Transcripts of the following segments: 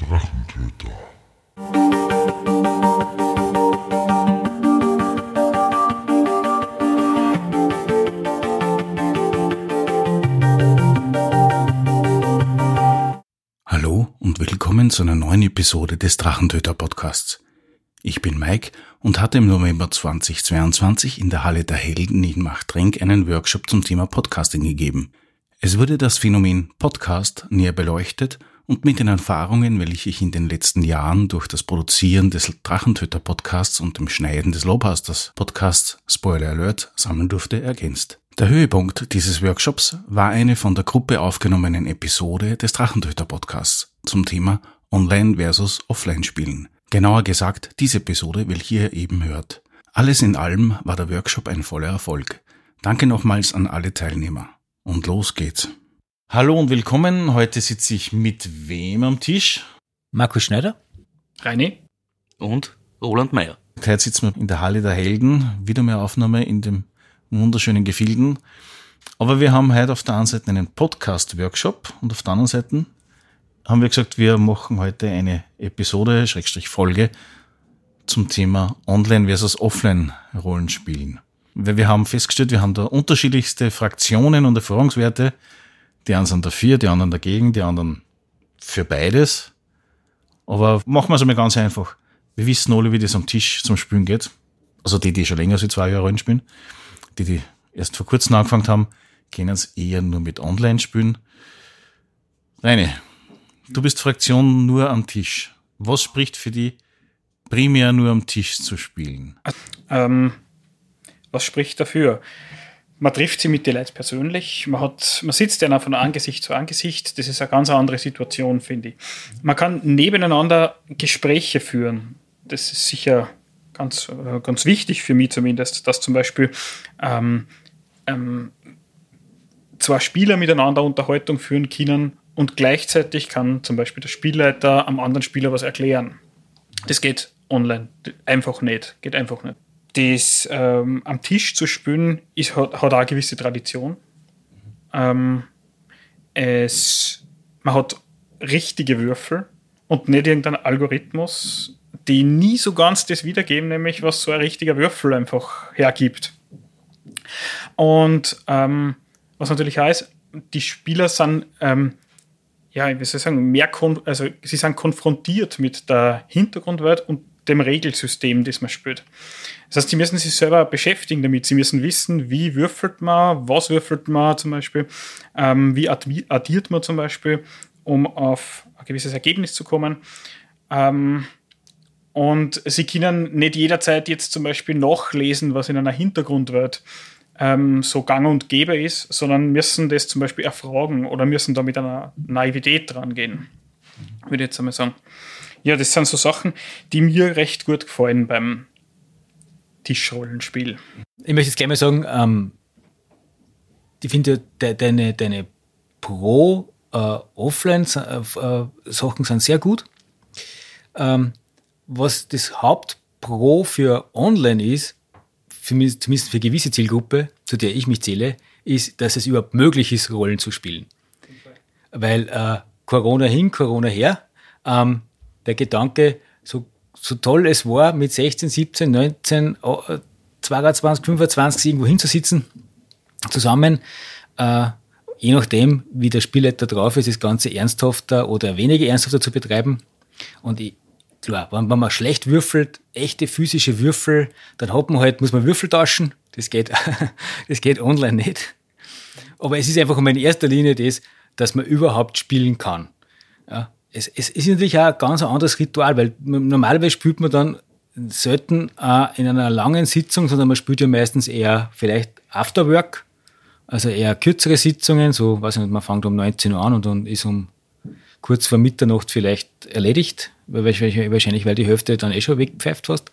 Drachentöter. Hallo und willkommen zu einer neuen Episode des Drachentöter Podcasts. Ich bin Mike und hatte im November 2022 in der Halle der Helden in Machtrenk einen Workshop zum Thema Podcasting gegeben. Es wurde das Phänomen Podcast näher beleuchtet und mit den Erfahrungen, welche ich in den letzten Jahren durch das Produzieren des Drachentöter Podcasts und dem Schneiden des Lobhusters Podcasts Spoiler Alert sammeln durfte, ergänzt. Der Höhepunkt dieses Workshops war eine von der Gruppe aufgenommene Episode des Drachentöter Podcasts zum Thema Online versus Offline Spielen. Genauer gesagt, diese Episode, welche ihr eben hört. Alles in allem war der Workshop ein voller Erfolg. Danke nochmals an alle Teilnehmer. Und los geht's. Hallo und willkommen. Heute sitze ich mit wem am Tisch? Markus Schneider, Reini und Roland Meier. Heute sitzen wir in der Halle der Helden. Wieder mehr Aufnahme in dem wunderschönen Gefilden. Aber wir haben heute auf der einen Seite einen Podcast-Workshop und auf der anderen Seite haben wir gesagt, wir machen heute eine Episode, Folge zum Thema Online versus Offline Rollenspielen. Weil wir haben festgestellt, wir haben da unterschiedlichste Fraktionen und Erfahrungswerte. Die einen sind dafür, die anderen dagegen, die anderen für beides. Aber machen wir es einmal ganz einfach. Wir wissen alle, wie das am Tisch zum Spielen geht. Also die schon länger als 2 Jahre Rollen spielen. Die erst vor kurzem angefangen haben, können es eher nur mit Online spielen. Reine, du bist Fraktion nur am Tisch. Was spricht für die, primär nur am Tisch zu spielen? Was spricht dafür? Man trifft sie mit den Leuten persönlich. Man sitzt ja von Angesicht zu Angesicht. Das ist eine ganz andere Situation, finde ich. Man kann nebeneinander Gespräche führen. Das ist sicher ganz wichtig für mich zumindest, dass zum Beispiel zwei Spieler miteinander Unterhaltung führen können und gleichzeitig kann zum Beispiel der Spielleiter am anderen Spieler was erklären. Das geht online einfach nicht. Geht einfach nicht. Das am Tisch zu spielen hat auch eine gewisse Tradition. Man hat richtige Würfel und nicht irgendeinen Algorithmus, die nie so ganz das wiedergeben, nämlich was so ein richtiger Würfel einfach hergibt. Und was natürlich heißt, die Spieler sind sie sind konfrontiert mit der Hintergrundwelt und dem Regelsystem, das man spielt. Das heißt, sie müssen sich selber beschäftigen damit. Sie müssen wissen, wie würfelt man, was würfelt man zum Beispiel, wie addiert man zum Beispiel, um auf ein gewisses Ergebnis zu kommen. Und sie können nicht jederzeit jetzt zum Beispiel nachlesen, was in einer Hintergrundwelt so gang und gäbe ist, sondern müssen das zum Beispiel erfragen oder müssen da mit einer Naivität dran gehen, würde ich jetzt einmal sagen. Ja, das sind so Sachen, die mir recht gut gefallen beim Tischrollenspiel. ich möchte jetzt gleich mal sagen, ich finde deine Pro-Offline-Sachen sind sehr gut. Was das Hauptpro für Online ist, für mich, zumindest für eine gewisse Zielgruppe, zu der ich mich zähle, ist, dass es überhaupt möglich ist, Rollen zu spielen. Weil Corona hin, Corona her, der Gedanke, so toll es war, mit 16, 17, 19, 22, 25 irgendwo hinzusitzen, zusammen, je nachdem, wie der Spielleiter drauf ist, das Ganze ernsthafter oder weniger ernsthafter zu betreiben. Und klar, wenn man schlecht würfelt, echte physische Würfel, dann muss man Würfel tauschen. Das geht online nicht. Aber es ist einfach in erster Linie das, dass man überhaupt spielen kann. Ja. Es ist natürlich auch ein ganz anderes Ritual, weil normalerweise spielt man dann selten in einer langen Sitzung, sondern man spielt ja meistens eher vielleicht Afterwork, also eher kürzere Sitzungen, so, weiß ich nicht, man fängt um 19 Uhr an und dann ist kurz vor Mitternacht vielleicht erledigt, wahrscheinlich, weil die Hälfte dann schon weggepfeift hast.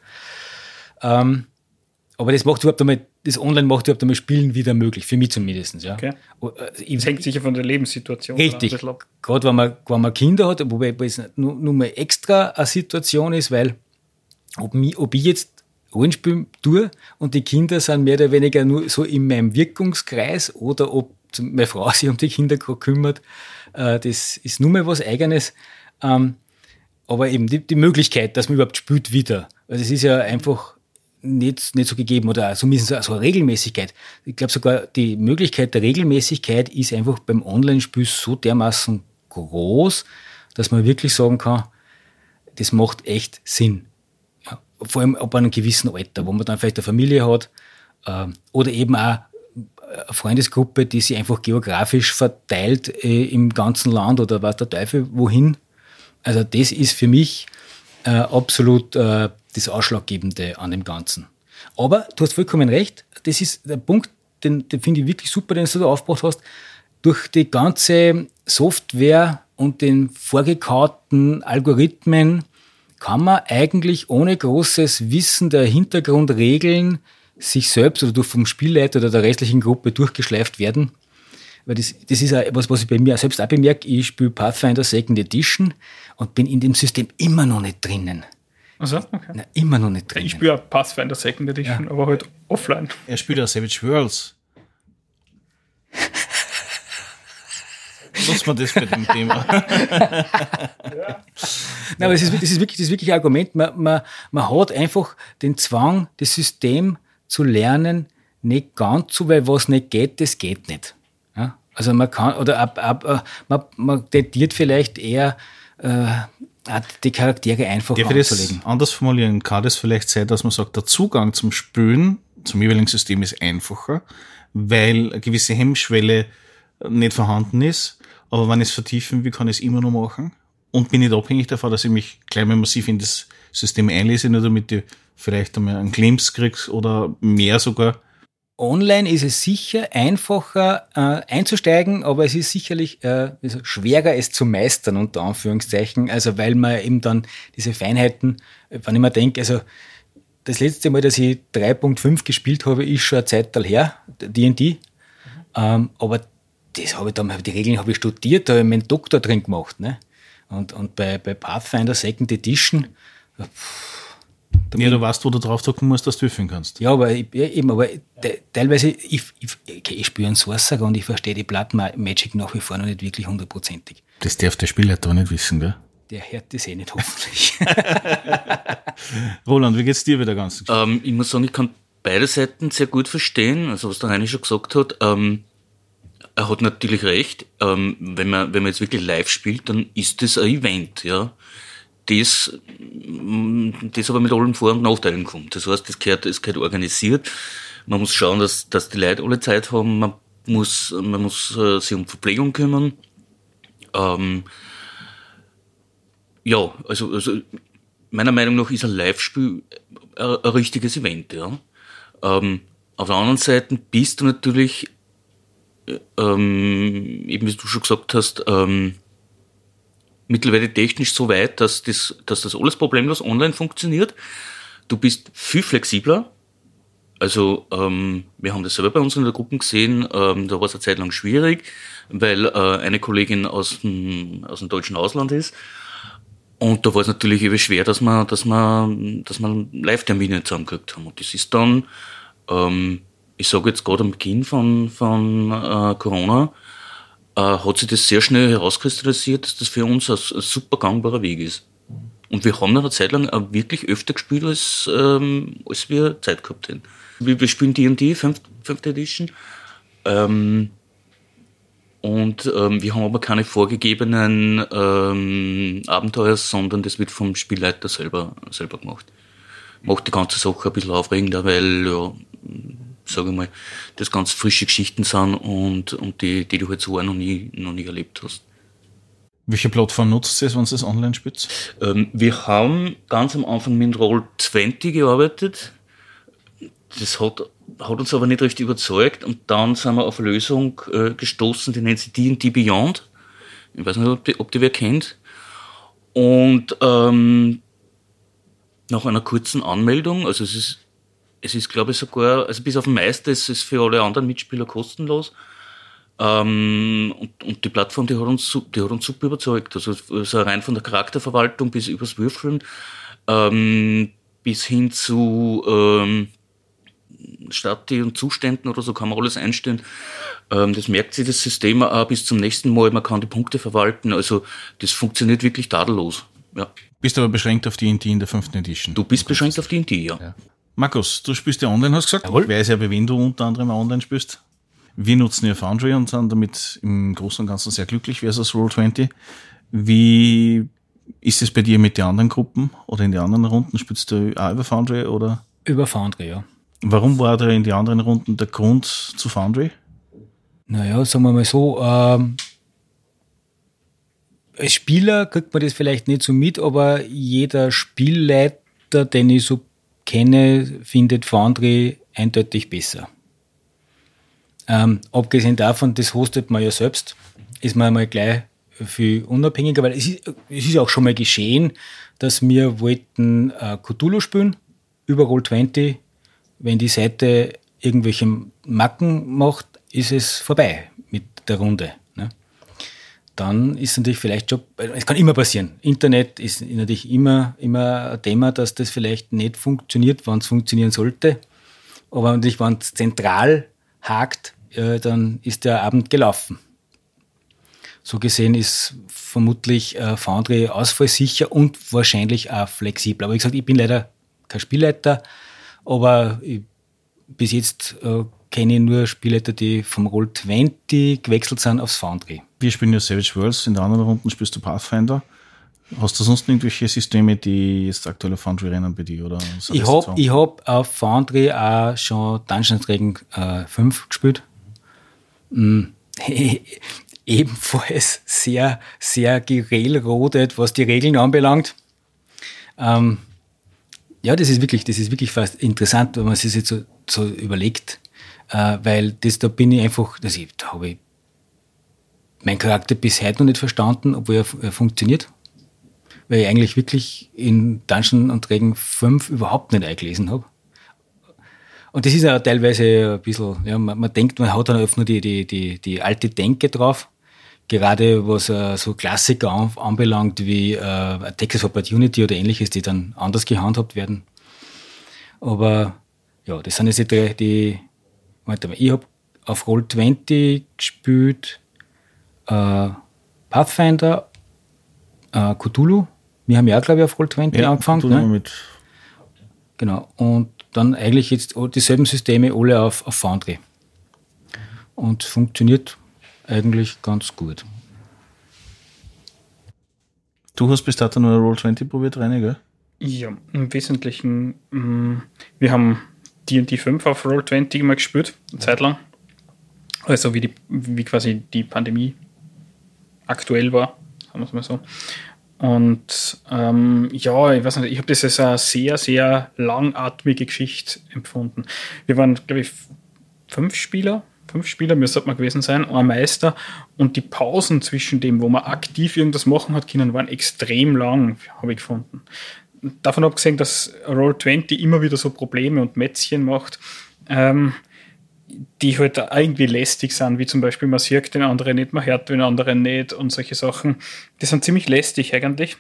Aber das Online macht überhaupt einmal Spielen wieder möglich, für mich zumindest. Ja. Okay. Das hängt sicher von der Lebenssituation ab. Richtig. Gerade wenn man Kinder hat, wobei es nur mal extra eine Situation ist, weil ob ich jetzt Rollenspiel tue und die Kinder sind mehr oder weniger nur so in meinem Wirkungskreis oder ob meine Frau sich um die Kinder kümmert, das ist nur mal was Eigenes. aber eben die Möglichkeit, dass man überhaupt spielt wieder. Also es ist ja einfach nicht so gegeben oder zumindest so eine Regelmäßigkeit. Ich glaube sogar, die Möglichkeit der Regelmäßigkeit ist einfach beim Online-Spiel so dermaßen groß, dass man wirklich sagen kann, das macht echt Sinn. Ja, vor allem ab einem gewissen Alter, wo man dann vielleicht eine Familie hat oder eben auch eine Freundesgruppe, die sich einfach geografisch verteilt im ganzen Land oder was der Teufel wohin. Also das ist für mich absolut das Ausschlaggebende an dem Ganzen. Aber du hast vollkommen recht, das ist der Punkt, den finde ich wirklich super, den du da aufgebracht hast. Durch die ganze Software und den vorgekauten Algorithmen kann man eigentlich ohne großes Wissen der Hintergrundregeln sich selbst oder durch vom Spielleiter oder der restlichen Gruppe durchgeschleift werden. Weil das ist auch was ich bei mir selbst auch bemerke. Ich spiele Pathfinder 2nd Edition und bin in dem System immer noch nicht drinnen. Also, okay. Na, immer noch nicht drinnen. Ich spiele auch Pathfinder 2nd Edition, aber halt offline. Er spielt auch Savage Worlds. Lass mal das bei dem Thema. Nein, aber das ist wirklich ein Argument. Man hat einfach den Zwang, das System zu lernen, nicht ganz so, weil was nicht geht, das geht nicht. Ja? Also man kann, oder man tendiert vielleicht eher die Charaktere einfach anzulegen. Das anders formulieren, kann das vielleicht sein, dass man sagt, der Zugang zum Spielen, zum jeweiligen System ist einfacher, weil eine gewisse Hemmschwelle nicht vorhanden ist, aber wenn ich es vertiefen will, kann ich es immer noch machen und bin nicht abhängig davon, dass ich mich gleich mal massiv in das System einlese, nur damit ich vielleicht einmal einen Glimpse kriege oder mehr sogar. Online ist es sicher einfacher einzusteigen, aber es ist sicherlich schwerer, es zu meistern, unter Anführungszeichen. Also weil man eben dann diese Feinheiten, wenn ich mir denke, also das letzte Mal, dass ich 3.5 gespielt habe, ist schon eine Zeit her, D&D. Aber das habe ich dann, die Regeln habe ich studiert, da habe ich meinen Doktor drin gemacht. Ne? Und bei Pathfinder 2nd Edition, Ja, du weißt, wo du drauf drücken musst, dass du würfeln kannst. ja, aber teilweise, ich spüre einen Sorcerer und ich verstehe die Blood Magic nach wie vor noch nicht wirklich 100%. Das darf der Spielleiter auch nicht wissen, gell? Der hört das nicht, hoffentlich. Roland, wie geht's dir mit der ganzen Geschichte? Ich muss sagen, ich kann beide Seiten sehr gut verstehen. Also was der Reini schon gesagt hat, er hat natürlich recht. Wenn man jetzt wirklich live spielt, dann ist das ein Event, ja. Das aber mit allen Vor- und Nachteilen kommt. Das heißt, es gehört organisiert. Man muss schauen, dass die Leute alle Zeit haben. Man muss sich um Verpflegung kümmern. Ja, also meiner Meinung nach ist ein Live-Spiel ein richtiges Event, ja. Auf der anderen Seite bist du natürlich, eben wie du schon gesagt hast, mittlerweile technisch so weit, dass das alles problemlos online funktioniert. Du bist viel flexibler. Also wir haben das selber bei uns in der Gruppe gesehen, da war es eine Zeit lang schwierig, weil eine Kollegin aus dem deutschen Ausland ist. Und da war es natürlich eben schwer, dass man Live-Termine zusammengekriegt haben. Und das ist dann, ich sage jetzt gerade am Beginn von Corona, hat sich das sehr schnell herauskristallisiert, dass das für uns ein super gangbarer Weg ist. Und wir haben dann eine Zeit lang auch wirklich öfter gespielt, als wir Zeit gehabt hätten. Wir spielen D&D, 5th Edition. Und wir haben aber keine vorgegebenen Abenteuer, sondern das wird vom Spielleiter selber gemacht. Macht die ganze Sache ein bisschen aufregender, weil, ja, sage ich mal, das ganz frische Geschichten sind und die du halt so auch noch nie erlebt hast. Welche Plattform nutzt ihr, wenn ihr es online spielt? Wir haben ganz am Anfang mit Roll20 gearbeitet. Das hat uns aber nicht richtig überzeugt und dann sind wir auf eine Lösung gestoßen, die nennt sich D&D Beyond. Ich weiß nicht, ob die wer kennt. Und nach einer kurzen Anmeldung, also es ist glaube ich sogar, also bis auf den Meister ist es für alle anderen Mitspieler kostenlos. Und die Plattform, die hat uns super überzeugt. Also rein von der Charakterverwaltung bis übers Würfeln, bis hin zu Stati und Zuständen oder so kann man alles einstellen. Das merkt sich das System auch bis zum nächsten Mal. Man kann die Punkte verwalten. Also das funktioniert wirklich tadellos. Ja. Bist aber beschränkt auf D&D in der 5. Edition. Du bist beschränkt auf D&D, ja. Markus, du spielst ja online, hast du gesagt. Jawohl. Ich weiß ja, bei wem du unter anderem online spielst. Wir nutzen ja Foundry und sind damit im Großen und Ganzen sehr glücklich versus Roll20. Wie ist es bei dir mit den anderen Gruppen oder in den anderen Runden? Spielst du auch über Foundry oder? Über Foundry, ja. Warum war da in den anderen Runden der Grund zu Foundry? Naja, sagen wir mal so, als Spieler kriegt man das vielleicht nicht so mit, aber jeder Spielleiter, den ich so kenne, findet Foundry eindeutig besser. Abgesehen davon, das hostet man ja selbst, ist man einmal gleich viel unabhängiger, weil es ist auch schon mal geschehen, dass wir wollten Cthulhu spielen über Roll20. Wenn die Seite irgendwelche Macken macht, ist es vorbei mit der Runde. Ne? Dann ist natürlich vielleicht schon, es kann immer passieren. Internet ist natürlich immer ein Thema, dass das vielleicht nicht funktioniert, wann es funktionieren sollte. Aber natürlich, wenn es zentral hakt, dann ist der Abend gelaufen. So gesehen ist vermutlich Foundry ausfallsicher und wahrscheinlich auch flexibel. Aber wie gesagt, ich bin leider kein Spielleiter, aber bis jetzt kenne ich nur Spielleiter, die vom Roll20 gewechselt sind aufs Foundry. Wir spielen ja Savage Worlds, in der anderen Runden spielst du Pathfinder. Hast du sonst irgendwelche Systeme, die jetzt aktuell auf Foundry rennen bei dir? Oder ich hab auf Foundry auch schon Dungeons Dragons 5 gespielt. Ebenfalls sehr, sehr gerailroadet, was die Regeln anbelangt. Ja, das ist wirklich fast interessant, wenn man sich jetzt so überlegt, weil da bin ich einfach, da habe ich meinen Charakter bis heute noch nicht verstanden, obwohl er funktioniert, weil ich eigentlich wirklich in Dungeons Dragons 5 überhaupt nicht eingelesen habe. Und das ist ja teilweise ein bisschen, ja, man denkt, man hat dann oft nur die alte Denke drauf, gerade was so Klassiker anbelangt wie Texas Opportunity oder ähnliches, die dann anders gehandhabt werden. Aber ja, das sind jetzt ich habe auf Roll20 gespielt, Pathfinder, Cthulhu. Wir haben ja auch, glaube ich, auf Roll20 angefangen. Ne? Genau. Und dann eigentlich jetzt dieselben Systeme alle auf Foundry. Und funktioniert eigentlich ganz gut. Du hast bis dato nur Roll20 probiert, René, gell? Ja, im Wesentlichen, wir haben D&D 5 auf Roll20 mal gespielt, eine Zeit lang. Also wie quasi die Pandemie aktuell war, sagen wir es mal so. Und ja, ich weiß nicht, ich habe das als eine sehr, sehr langatmige Geschichte empfunden. Wir waren, glaube ich, 5 Spieler müsste man gewesen sein, ein Meister, und die Pausen zwischen dem, wo man aktiv irgendwas machen hat können, waren extrem lang, habe ich gefunden. Davon abgesehen, dass Roll20 immer wieder so Probleme und Mätzchen macht, die halt irgendwie lästig sind, wie zum Beispiel man sieht den anderen nicht, man hört den anderen nicht und solche Sachen. Die sind ziemlich lästig eigentlich.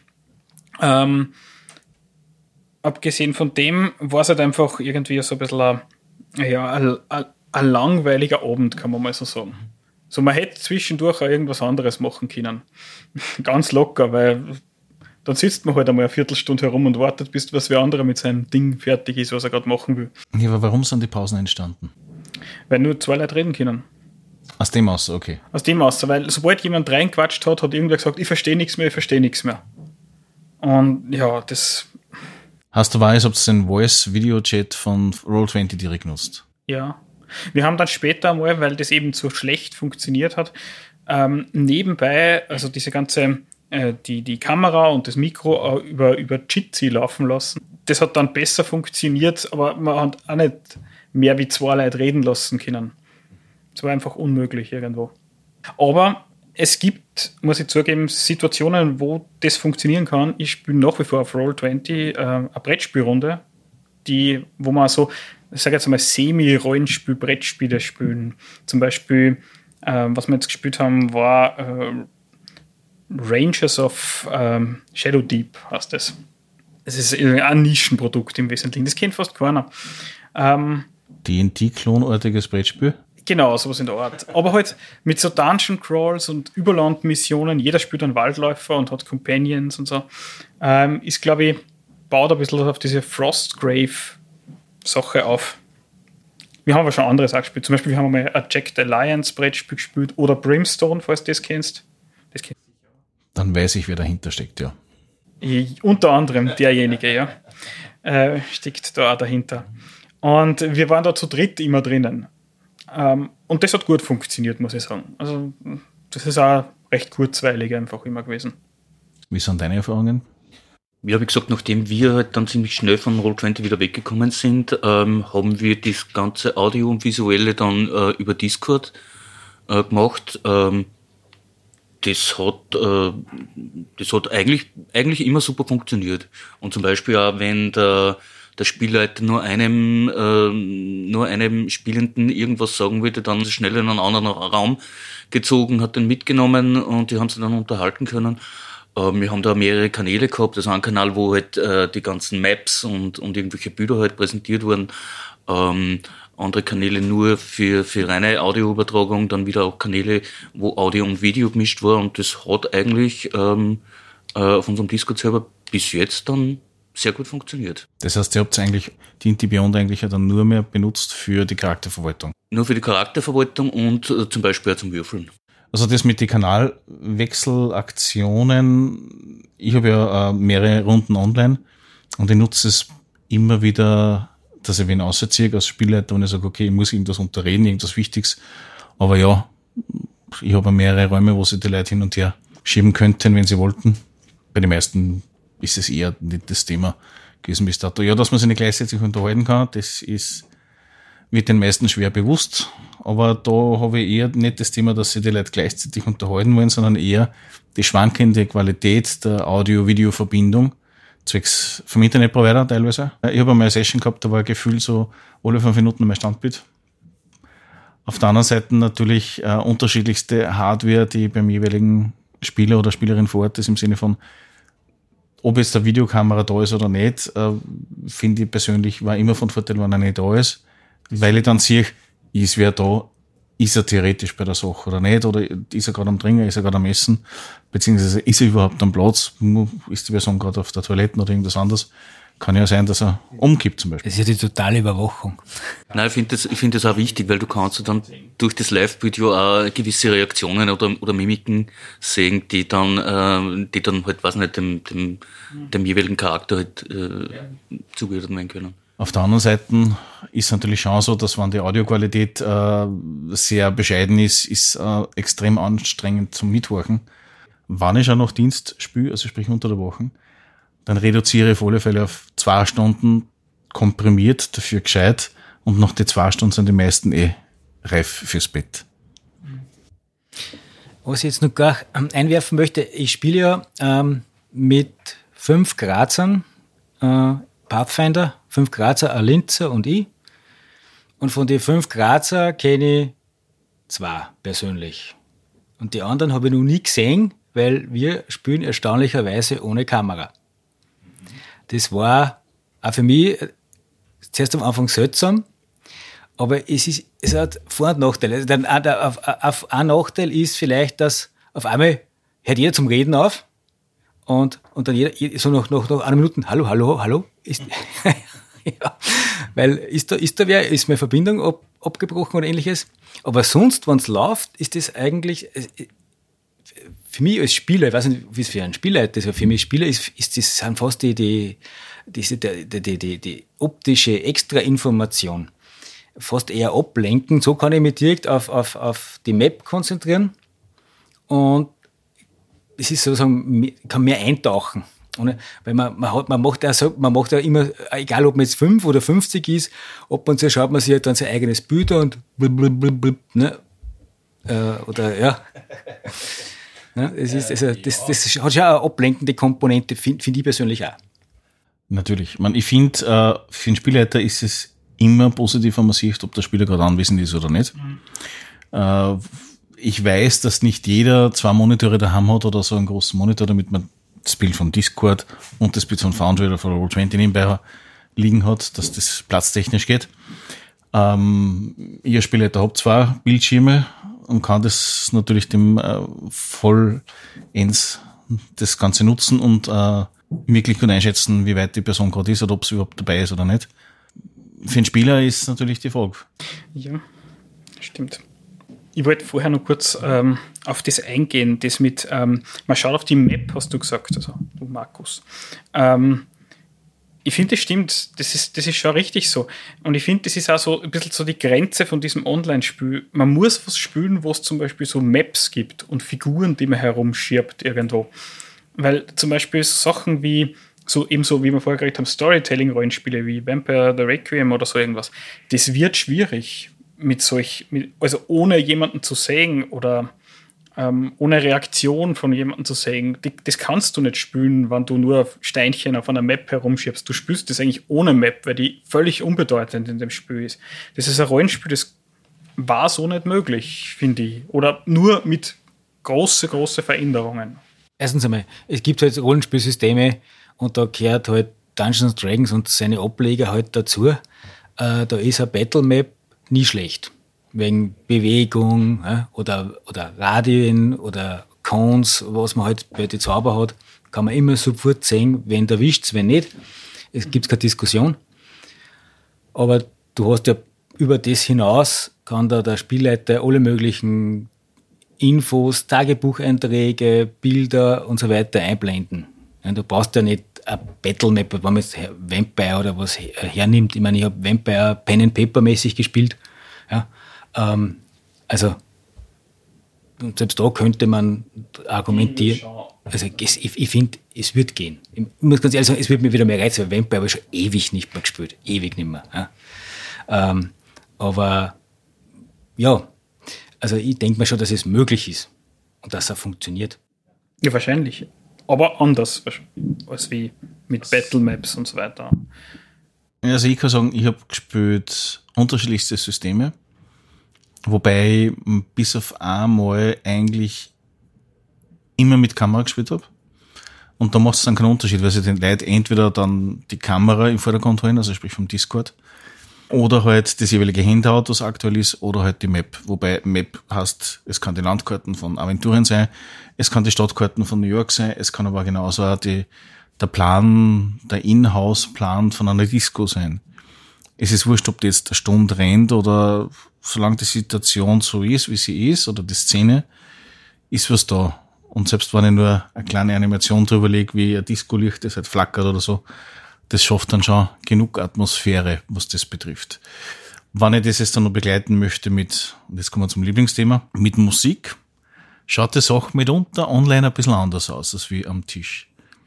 Abgesehen von dem war es halt einfach irgendwie so ein bisschen ein langweiliger Abend, kann man mal so sagen. So, man hätte zwischendurch auch irgendwas anderes machen können. Ganz locker, weil dann sitzt man halt einmal eine Viertelstunde herum und wartet, bis was wer anderer mit seinem Ding fertig ist, was er gerade machen will. Ja, aber warum sind die Pausen entstanden? Weil nur 2 Leute reden können. Aus dem aus, okay. Aus dem aus, weil sobald jemand reinquatscht hat irgendwer gesagt, ich verstehe nichts mehr. Und ja, das... Hast du weiß, ob es den Voice-Video-Chat von Roll20 direkt nutzt? Ja. Wir haben dann später mal, weil das eben so schlecht funktioniert hat, nebenbei, also diese ganze, die Kamera und das Mikro über Jitsi laufen lassen. Das hat dann besser funktioniert, aber man hat auch nicht mehr wie 2 Leute reden lassen können. Das war einfach unmöglich irgendwo. Aber es gibt, muss ich zugeben, Situationen, wo das funktionieren kann. Ich spiele nach wie vor auf Roll20 eine Brettspielrunde, wo man so, ich sage jetzt mal, Semi-Rollenspiel-Brettspiele spielen. Zum Beispiel, was wir jetzt gespielt haben, war Rangers of Shadow Deep, heißt das. Es ist ein Nischenprodukt im Wesentlichen. Das kennt fast keiner. D&D-klonartiges Brettspiel? Genau, sowas in der Art. Aber halt mit so Dungeon Crawls und Überlandmissionen, jeder spielt einen Waldläufer und hat Companions und so, ist, glaube ich, baut ein bisschen auf diese Frostgrave-Sache auf. Wir haben aber schon anderes auch gespielt. Zum Beispiel, wir haben mal ein Jack the Lions Brettspiel gespielt oder Brimstone, falls du das kennst. Das kennst du. Dann weiß ich, wer dahinter steckt, ja. Unter anderem derjenige, ja. Steckt da auch dahinter. Und wir waren da zu dritt immer drinnen. Und das hat gut funktioniert, muss ich sagen. Also, das ist auch recht kurzweilig einfach immer gewesen. Wie sind deine Erfahrungen? Ja, wie gesagt, nachdem wir halt dann ziemlich schnell von Roll20 wieder weggekommen sind, haben wir das ganze Audio und Visuelle dann über Discord gemacht. Das hat eigentlich immer super funktioniert. Und zum Beispiel auch, wenn der Spielleiter nur einem Spielenden irgendwas sagen wollte, dann schnell in einen anderen Raum gezogen, hat den mitgenommen und die haben sich dann unterhalten können. Wir haben da mehrere Kanäle gehabt, also einen Kanal, wo halt die ganzen Maps und irgendwelche Bilder halt präsentiert wurden, andere Kanäle nur für reine Audioübertragung, dann wieder auch Kanäle, wo Audio und Video gemischt war, und das hat eigentlich auf unserem Discord-Server bis jetzt dann sehr gut funktioniert. Das heißt, ihr habt eigentlich D&D Beyond eigentlich ja dann nur mehr benutzt für die Charakterverwaltung? Nur für die Charakterverwaltung und zum Beispiel auch zum Würfeln. Also das mit den Kanalwechselaktionen, ich habe ja mehrere Runden online und ich nutze es immer wieder, dass ich wen ausziehe als Spielleiter und ich sage, okay, ich muss irgendwas unterreden, irgendwas Wichtiges. Aber ja, ich habe mehrere Räume, wo sie die Leute hin und her schieben könnten, wenn sie wollten. Bei den meisten ist es eher nicht das Thema gewesen bis dato. Ja, dass man sich nicht gleichzeitig unterhalten kann, das wird den meisten schwer bewusst. Aber da habe ich eher nicht das Thema, dass sich die Leute gleichzeitig unterhalten wollen, sondern eher die schwankende Qualität der Audio-Video-Verbindung zwecks vom Internetprovider teilweise. Ich habe einmal eine Session gehabt, da war gefühlt so alle 5 Minuten mein Standbild. Auf der anderen Seite natürlich unterschiedlichste Hardware, die beim jeweiligen Spieler oder Spielerin vor Ort ist, im Sinne von, ob jetzt eine Videokamera da ist oder nicht, finde ich persönlich, war immer von Vorteil, wenn er nicht da ist, weil ich dann sehe, ist wer da, ist er theoretisch bei der Sache oder nicht, oder ist er gerade am Trinken, ist er gerade am Essen, beziehungsweise ist er überhaupt am Platz, ist die Person gerade auf der Toilette oder irgendwas anderes. Kann ja sein, dass er umkippt zum Beispiel. Das ist ja die totale Überwachung. Nein, ich finde das auch wichtig, weil du kannst dann durch das Live-Video auch gewisse Reaktionen oder Mimiken sehen, die dann halt, weiß nicht, dem jeweiligen Charakter halt zugeordnet werden können. Auf der anderen Seite ist natürlich schon so, dass wenn die Audioqualität sehr bescheiden ist extrem anstrengend zum Mithorchen. Wenn ich auch noch Dienst spiele, also sprich unter der Woche, dann reduziere ich auf alle Fälle auf 2 Stunden komprimiert, dafür gescheit, und nach den 2 Stunden sind die meisten reif fürs Bett. Was ich jetzt noch gar einwerfen möchte, ich spiele ja mit 5 Grazern Pathfinder, 5 Grazer, ein Linzer und ich. Und von den 5 Grazer kenne ich 2 persönlich. Und die anderen habe ich noch nie gesehen, weil wir spielen erstaunlicherweise ohne Kamera. Das war auch für mich zuerst am Anfang seltsam, aber es hat Vor- und Nachteile. Also ein Nachteil ist vielleicht, dass auf einmal hört jeder zum Reden auf und dann jeder so nach einer Minute, hallo, ist, ja, weil ist da wer, ist meine Verbindung abgebrochen oder ähnliches. Aber sonst, wenn es läuft, ist das eigentlich, für mich als Spieler, ich weiß nicht, wie es für einen Spielleiter ist, aber für mich als Spieler sind fast die optische Extra-Information fast eher ablenken. So kann ich mich direkt auf die Map konzentrieren und es ist sozusagen, kann mehr eintauchen. Weil man macht ja immer, egal ob man jetzt 5 oder 50 ist, ob man so schaut man sich halt dann sein eigenes Bild und ne? Oder ja. Ja, das hat schon eine ablenkende Komponente, finde ich persönlich auch. Natürlich. Ich finde, für einen Spielleiter ist es immer positiv, wenn man sieht, ob der Spieler gerade anwesend ist oder nicht. Ich weiß, dass nicht jeder 2 Monitore daheim hat oder so einen großen Monitor, damit man das Bild von Discord und das Bild von Foundry oder von Roll20 nebenbei liegen hat, dass das platztechnisch geht. Ihr Spielleiter habt 2 Bildschirme und kann das natürlich dem vollends das Ganze nutzen und wirklich gut einschätzen, wie weit die Person gerade ist oder ob sie überhaupt dabei ist oder nicht. Für den Spieler ist natürlich die Frage. Ja, stimmt. Ich wollte vorher noch kurz auf das eingehen, das mit, man schaut auf die Map, hast du gesagt, also du Markus. Ich finde, das stimmt, das ist schon richtig so. Und ich finde, das ist auch so ein bisschen so die Grenze von diesem Online-Spiel. Man muss was spielen, wo es zum Beispiel so Maps gibt und Figuren, die man herumschirbt irgendwo. Weil zum Beispiel Sachen wie, so ebenso wie wir vorher geredet haben, Storytelling-Rollenspiele wie Vampire the Requiem oder so irgendwas, das wird schwierig also ohne jemanden zu sehen oder ohne Reaktion von jemandem zu sehen. Das kannst du nicht spielen, wenn du nur Steinchen auf einer Map herumschiebst. Du spielst das eigentlich ohne Map, weil die völlig unbedeutend in dem Spiel ist. Das ist ein Rollenspiel, das war so nicht möglich, finde ich. Oder nur mit große Veränderungen. Erstens einmal, es gibt halt Rollenspielsysteme und da gehört halt Dungeons & Dragons und seine Ableger halt dazu. Da ist eine Battle Map nie schlecht. Wegen Bewegung oder Radien oder Cones, was man halt bei den Zauber hat, kann man immer sofort sehen, wen da erwischt, wenn nicht. Es gibt keine Diskussion. Aber du hast ja über das hinaus, kann da der Spielleiter alle möglichen Infos, Tagebucheinträge, Bilder und so weiter einblenden. Ja, du brauchst ja nicht eine Battlemap, wenn man jetzt Vampire oder was hernimmt. Ich meine, ich habe Vampire Pen and Paper mäßig gespielt. Ja, also und selbst da könnte man argumentieren. Also ich finde, es wird gehen. Ich muss ganz ehrlich sagen, es wird mir wieder mehr reizen, weil Vampire habe ich schon ewig nicht mehr gespielt. Ewig nicht mehr. Ja. Aber ja, also ich denke mir schon, dass es möglich ist und dass er funktioniert. Ja, wahrscheinlich. Aber anders als wie mit Battle Maps und so weiter. Also ich kann sagen, ich habe gespielt unterschiedlichste Systeme, wobei ich bis auf einmal eigentlich immer mit Kamera gespielt habe. Und da macht es dann keinen Unterschied, weil sie den Leuten entweder dann die Kamera im Vordergrund holen, also sprich vom Discord, oder halt das jeweilige Handout, was aktuell ist, oder halt die Map. Wobei Map heißt, es kann die Landkarten von Aventurien sein, es kann die Stadtkarten von New York sein, es kann aber genauso auch der Plan, der Inhouse-Plan von einer Disco sein. Es ist wurscht, ob die jetzt eine Stunde rennt oder solange die Situation so ist, wie sie ist, oder die Szene, ist was da. Und selbst wenn ich nur eine kleine Animation drüber lege, wie ein Disco-Licht, das halt flackert oder so, das schafft dann schon genug Atmosphäre, was das betrifft. Wenn ich das jetzt dann noch begleiten möchte mit, und jetzt kommen wir zum Lieblingsthema, mit Musik, schaut die Sache mitunter online ein bisschen anders aus, als wie am Tisch.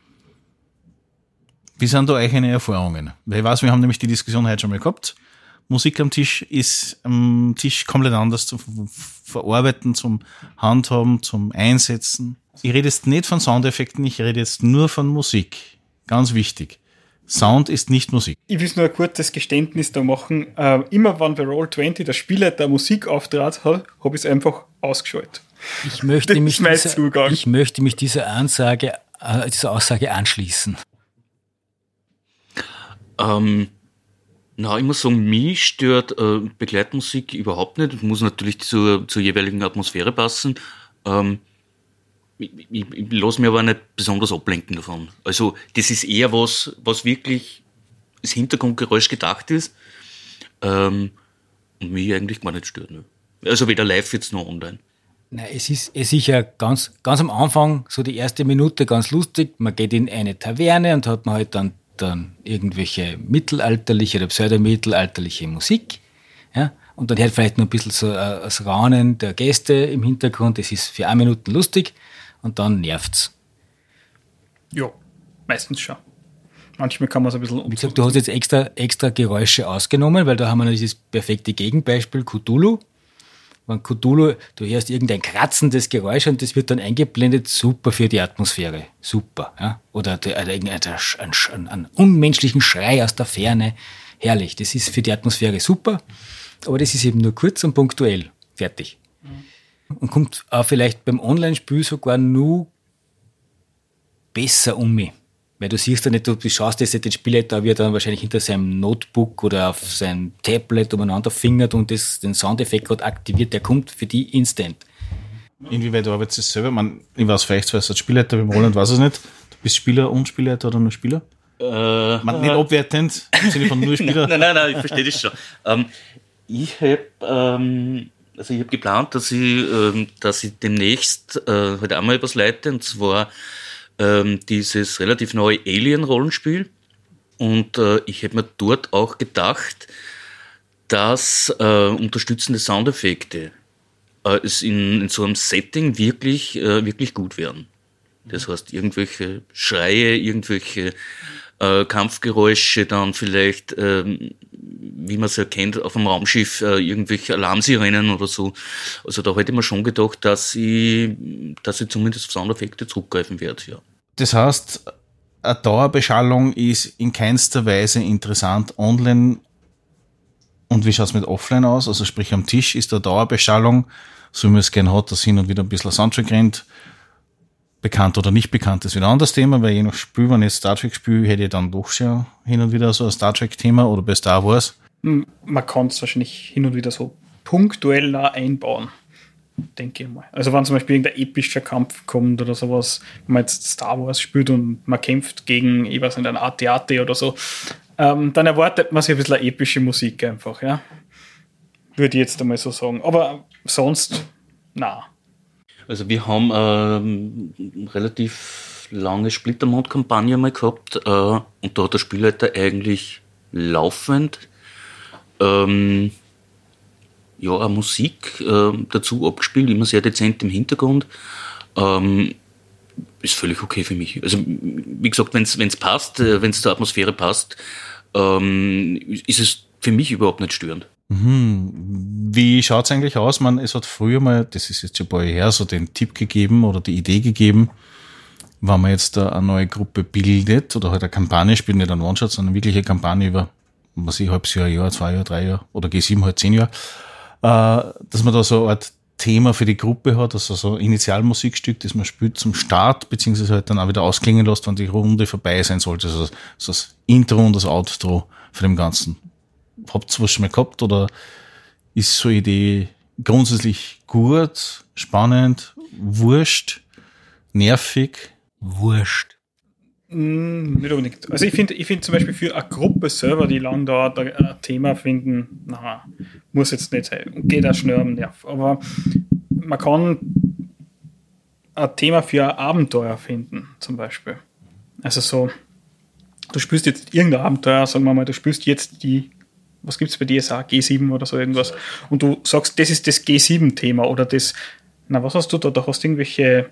Wie sind da eure Erfahrungen? Weil ich weiß, wir haben nämlich die Diskussion heute schon mal gehabt. Musik am Tisch ist am Tisch komplett anders zu verarbeiten, zum Handhaben, zum Einsetzen. Ich rede jetzt nicht von Soundeffekten, ich rede jetzt nur von Musik. Ganz wichtig. Sound ist nicht Musik. Ich will nur ein kurzes Geständnis da machen. Immer wenn bei Roll20 der Spielleiter Musik auftrat hat, habe ich es einfach ausgeschaltet. Ich möchte mich dieser Aussage anschließen. Ich muss sagen, mich stört Begleitmusik überhaupt nicht. Muss natürlich zur jeweiligen Atmosphäre passen. Ich lasse mich aber nicht besonders ablenken davon. Also das ist eher was wirklich als Hintergrundgeräusch gedacht ist und mich eigentlich gar nicht stört. Ne? Also weder live jetzt noch online. Nein, es ist ja ganz am Anfang, so die erste Minute, ganz lustig. Man geht in eine Taverne und hat man halt dann irgendwelche mittelalterliche oder pseudomittelalterliche Musik. Ja? Und dann hört vielleicht noch ein bisschen so das Raunen der Gäste im Hintergrund. Das ist für 1 Minute lustig und dann nervt's. Ja, meistens schon. Manchmal kann man es ein bisschen Wie gesagt, du hast jetzt extra Geräusche ausgenommen, weil da haben wir noch dieses perfekte Gegenbeispiel, Cthulhu. Wenn Cthulhu, du hörst irgendein kratzendes Geräusch und das wird dann eingeblendet, super für die Atmosphäre, super. Ja? Oder einen unmenschlichen Schrei aus der Ferne, herrlich, das ist für die Atmosphäre super, aber das ist eben nur kurz und punktuell, fertig. Und kommt auch vielleicht beim Online-Spiel sogar nur besser um mich. Weil du siehst ja nicht, du schaust jetzt den Spieler da, wie er dann wahrscheinlich hinter seinem Notebook oder auf sein Tablet umeinander fingert und den Soundeffekt gerade aktiviert, der kommt für die instant. Inwieweit arbeitest du das selber? Ich weiß, vielleicht als Spielleiter, beim Roland weiß ich es nicht. Du bist Spieler und Spielleiter oder nur Spieler? Nicht abwertend, im Sinne von nur Spieler. Nein, ich verstehe das schon. Ich habe geplant, dass ich demnächst halt einmal etwas leite, und zwar dieses relativ neue Alien-Rollenspiel. Und ich habe mir dort auch gedacht, dass unterstützende Soundeffekte es in so einem Setting wirklich gut wären. Das heißt, irgendwelche Schreie, irgendwelche Kampfgeräusche, dann vielleicht, wie man es erkennt, auf dem Raumschiff irgendwelche Alarmsirenen oder so. Also da hätte ich mir schon gedacht, dass ich zumindest auf Soundeffekte zurückgreifen werde. Ja. Das heißt, eine Dauerbeschallung ist in keinster Weise interessant online. Und wie schaut es mit offline aus? Also sprich am Tisch ist der Dauerbeschallung, so wie man es gerne hat, dass hin und wieder ein bisschen ein Soundtrack rennt. Bekannt oder nicht bekannt ist wieder ein anderes Thema, weil je nach Spiel, wenn ich Star Trek spiele, hätte ich dann doch schon hin und wieder so ein Star Trek-Thema oder bei Star Wars. Man kann es wahrscheinlich hin und wieder so punktuell einbauen, denke ich mal. Also wenn zum Beispiel irgendein epischer Kampf kommt oder sowas, wenn man jetzt Star Wars spielt und man kämpft gegen, ich weiß nicht, ein AT-AT oder so, dann erwartet man sich ein bisschen epische Musik einfach, ja. Würde ich jetzt einmal so sagen. Aber sonst, na. Also wir haben relativ lange Splittermond-Kampagne mal gehabt und da hat der Spielleiter eigentlich laufend eine Musik dazu abgespielt, immer sehr dezent im Hintergrund. Ist völlig okay für mich. Also wie gesagt, wenn es passt, wenn es zur Atmosphäre passt, ist es für mich überhaupt nicht störend. Wie schaut's eigentlich aus? Es hat früher mal, das ist jetzt schon ein paar Jahre her, so den Tipp gegeben oder die Idee gegeben, wenn man jetzt da eine neue Gruppe bildet oder halt eine Kampagne spielt, nicht ein One-Shot, sondern wirklich eine Kampagne über, was ich, halbes Jahr, 2 Jahre, 3 Jahre oder G7 halt 10 Jahre, dass man da so eine Art Thema für die Gruppe hat, also so ein Initialmusikstück, das man spielt zum Start, beziehungsweise halt dann auch wieder ausklingen lässt, wenn die Runde vorbei sein sollte. Also so das Intro und das Outro für dem Ganzen. Habt ihr was schon mal gehabt oder ist so eine Idee grundsätzlich gut, spannend, wurscht, nervig? Wurscht. Nicht unbedingt. Also ich finde zum Beispiel für eine Gruppe selber, die lang da ein Thema finden, muss jetzt nicht sein. Geht auch schnell am Nerv. Aber man kann ein Thema für ein Abenteuer finden, zum Beispiel. Also so, du spielst jetzt irgendein Abenteuer, sagen wir mal, du spielst jetzt was gibt es bei DSA, G7 oder so irgendwas, und du sagst, das ist das G7-Thema oder das, was hast du da? Da hast du irgendwelche,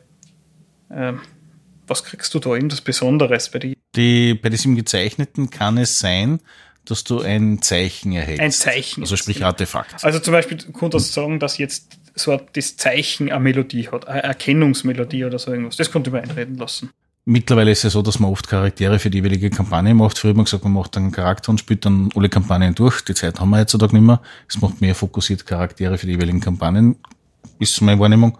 was kriegst du da, irgendwas Besonderes bei dir? Bei diesem Gezeichneten kann es sein, dass du ein Zeichen erhältst. Ein Zeichen. Also sprich Artefakt. Also zum Beispiel konnte das sagen, dass jetzt so das Zeichen eine Melodie hat, eine Erkennungsmelodie oder so irgendwas. Das konnte man einreden lassen. Mittlerweile ist es so, dass man oft Charaktere für die jeweilige Kampagne macht. Früher hat man gesagt, man macht einen Charakter und spielt dann alle Kampagnen durch. Die Zeit haben wir heutzutage nicht mehr. Es macht mehr fokussiert Charaktere für die jeweiligen Kampagnen. Ist meine Wahrnehmung.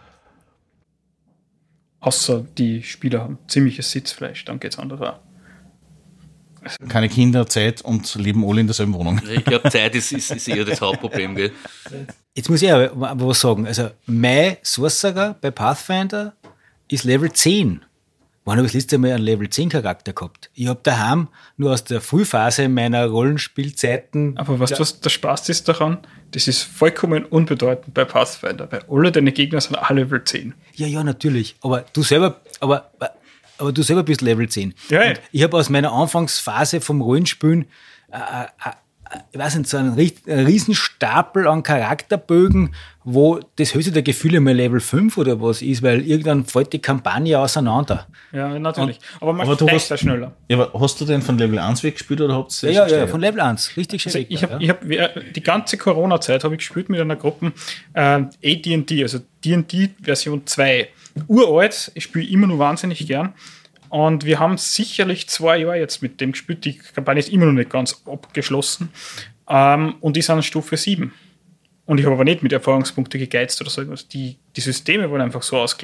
Außer die Spieler haben ziemliches Sitzfleisch, dann geht's anders auch. Keine Kinder, Zeit und leben alle in derselben Wohnung. Ich glaube, Zeit ist eher das Hauptproblem, gell? Jetzt muss ich aber was sagen. Also, mein Sorcerer bei Pathfinder ist Level 10. Wann habe ich das letzte Mal einen Level 10 Charakter gehabt? Ich habe daheim nur aus der Frühphase meiner Rollenspielzeiten... Aber weißt du, was der Spaß ist daran? Das ist vollkommen unbedeutend bei Pathfinder, weil alle deine Gegner sind alle Level 10. Ja, natürlich. Aber du selber bist Level 10. Ja. Und ich habe aus meiner Anfangsphase vom Rollenspielen ich weiß nicht, so einen riesen Stapel an Charakterbögen, wo das höchste der Gefühle mal Level 5 oder was ist, weil irgendwann fällt die Kampagne auseinander. Ja, natürlich. Aber man steigt da schneller. Ja, aber hast du denn von Level 1 weggespielt oder habt ihr Ja, von Level 1. Richtig schön. Also ich hab die ganze Corona-Zeit habe ich gespielt mit einer Gruppe AD&D, also D&D Version 2. Uralt, ich spiele immer nur wahnsinnig gern. Und wir haben sicherlich 2 Jahre jetzt mit dem gespielt. Die Kampagne ist immer noch nicht ganz abgeschlossen. Und die sind Stufe 7. Und ich habe aber nicht mit Erfahrungspunkten gegeizt oder so irgendwas. Die Systeme wurden einfach so ausgelegt.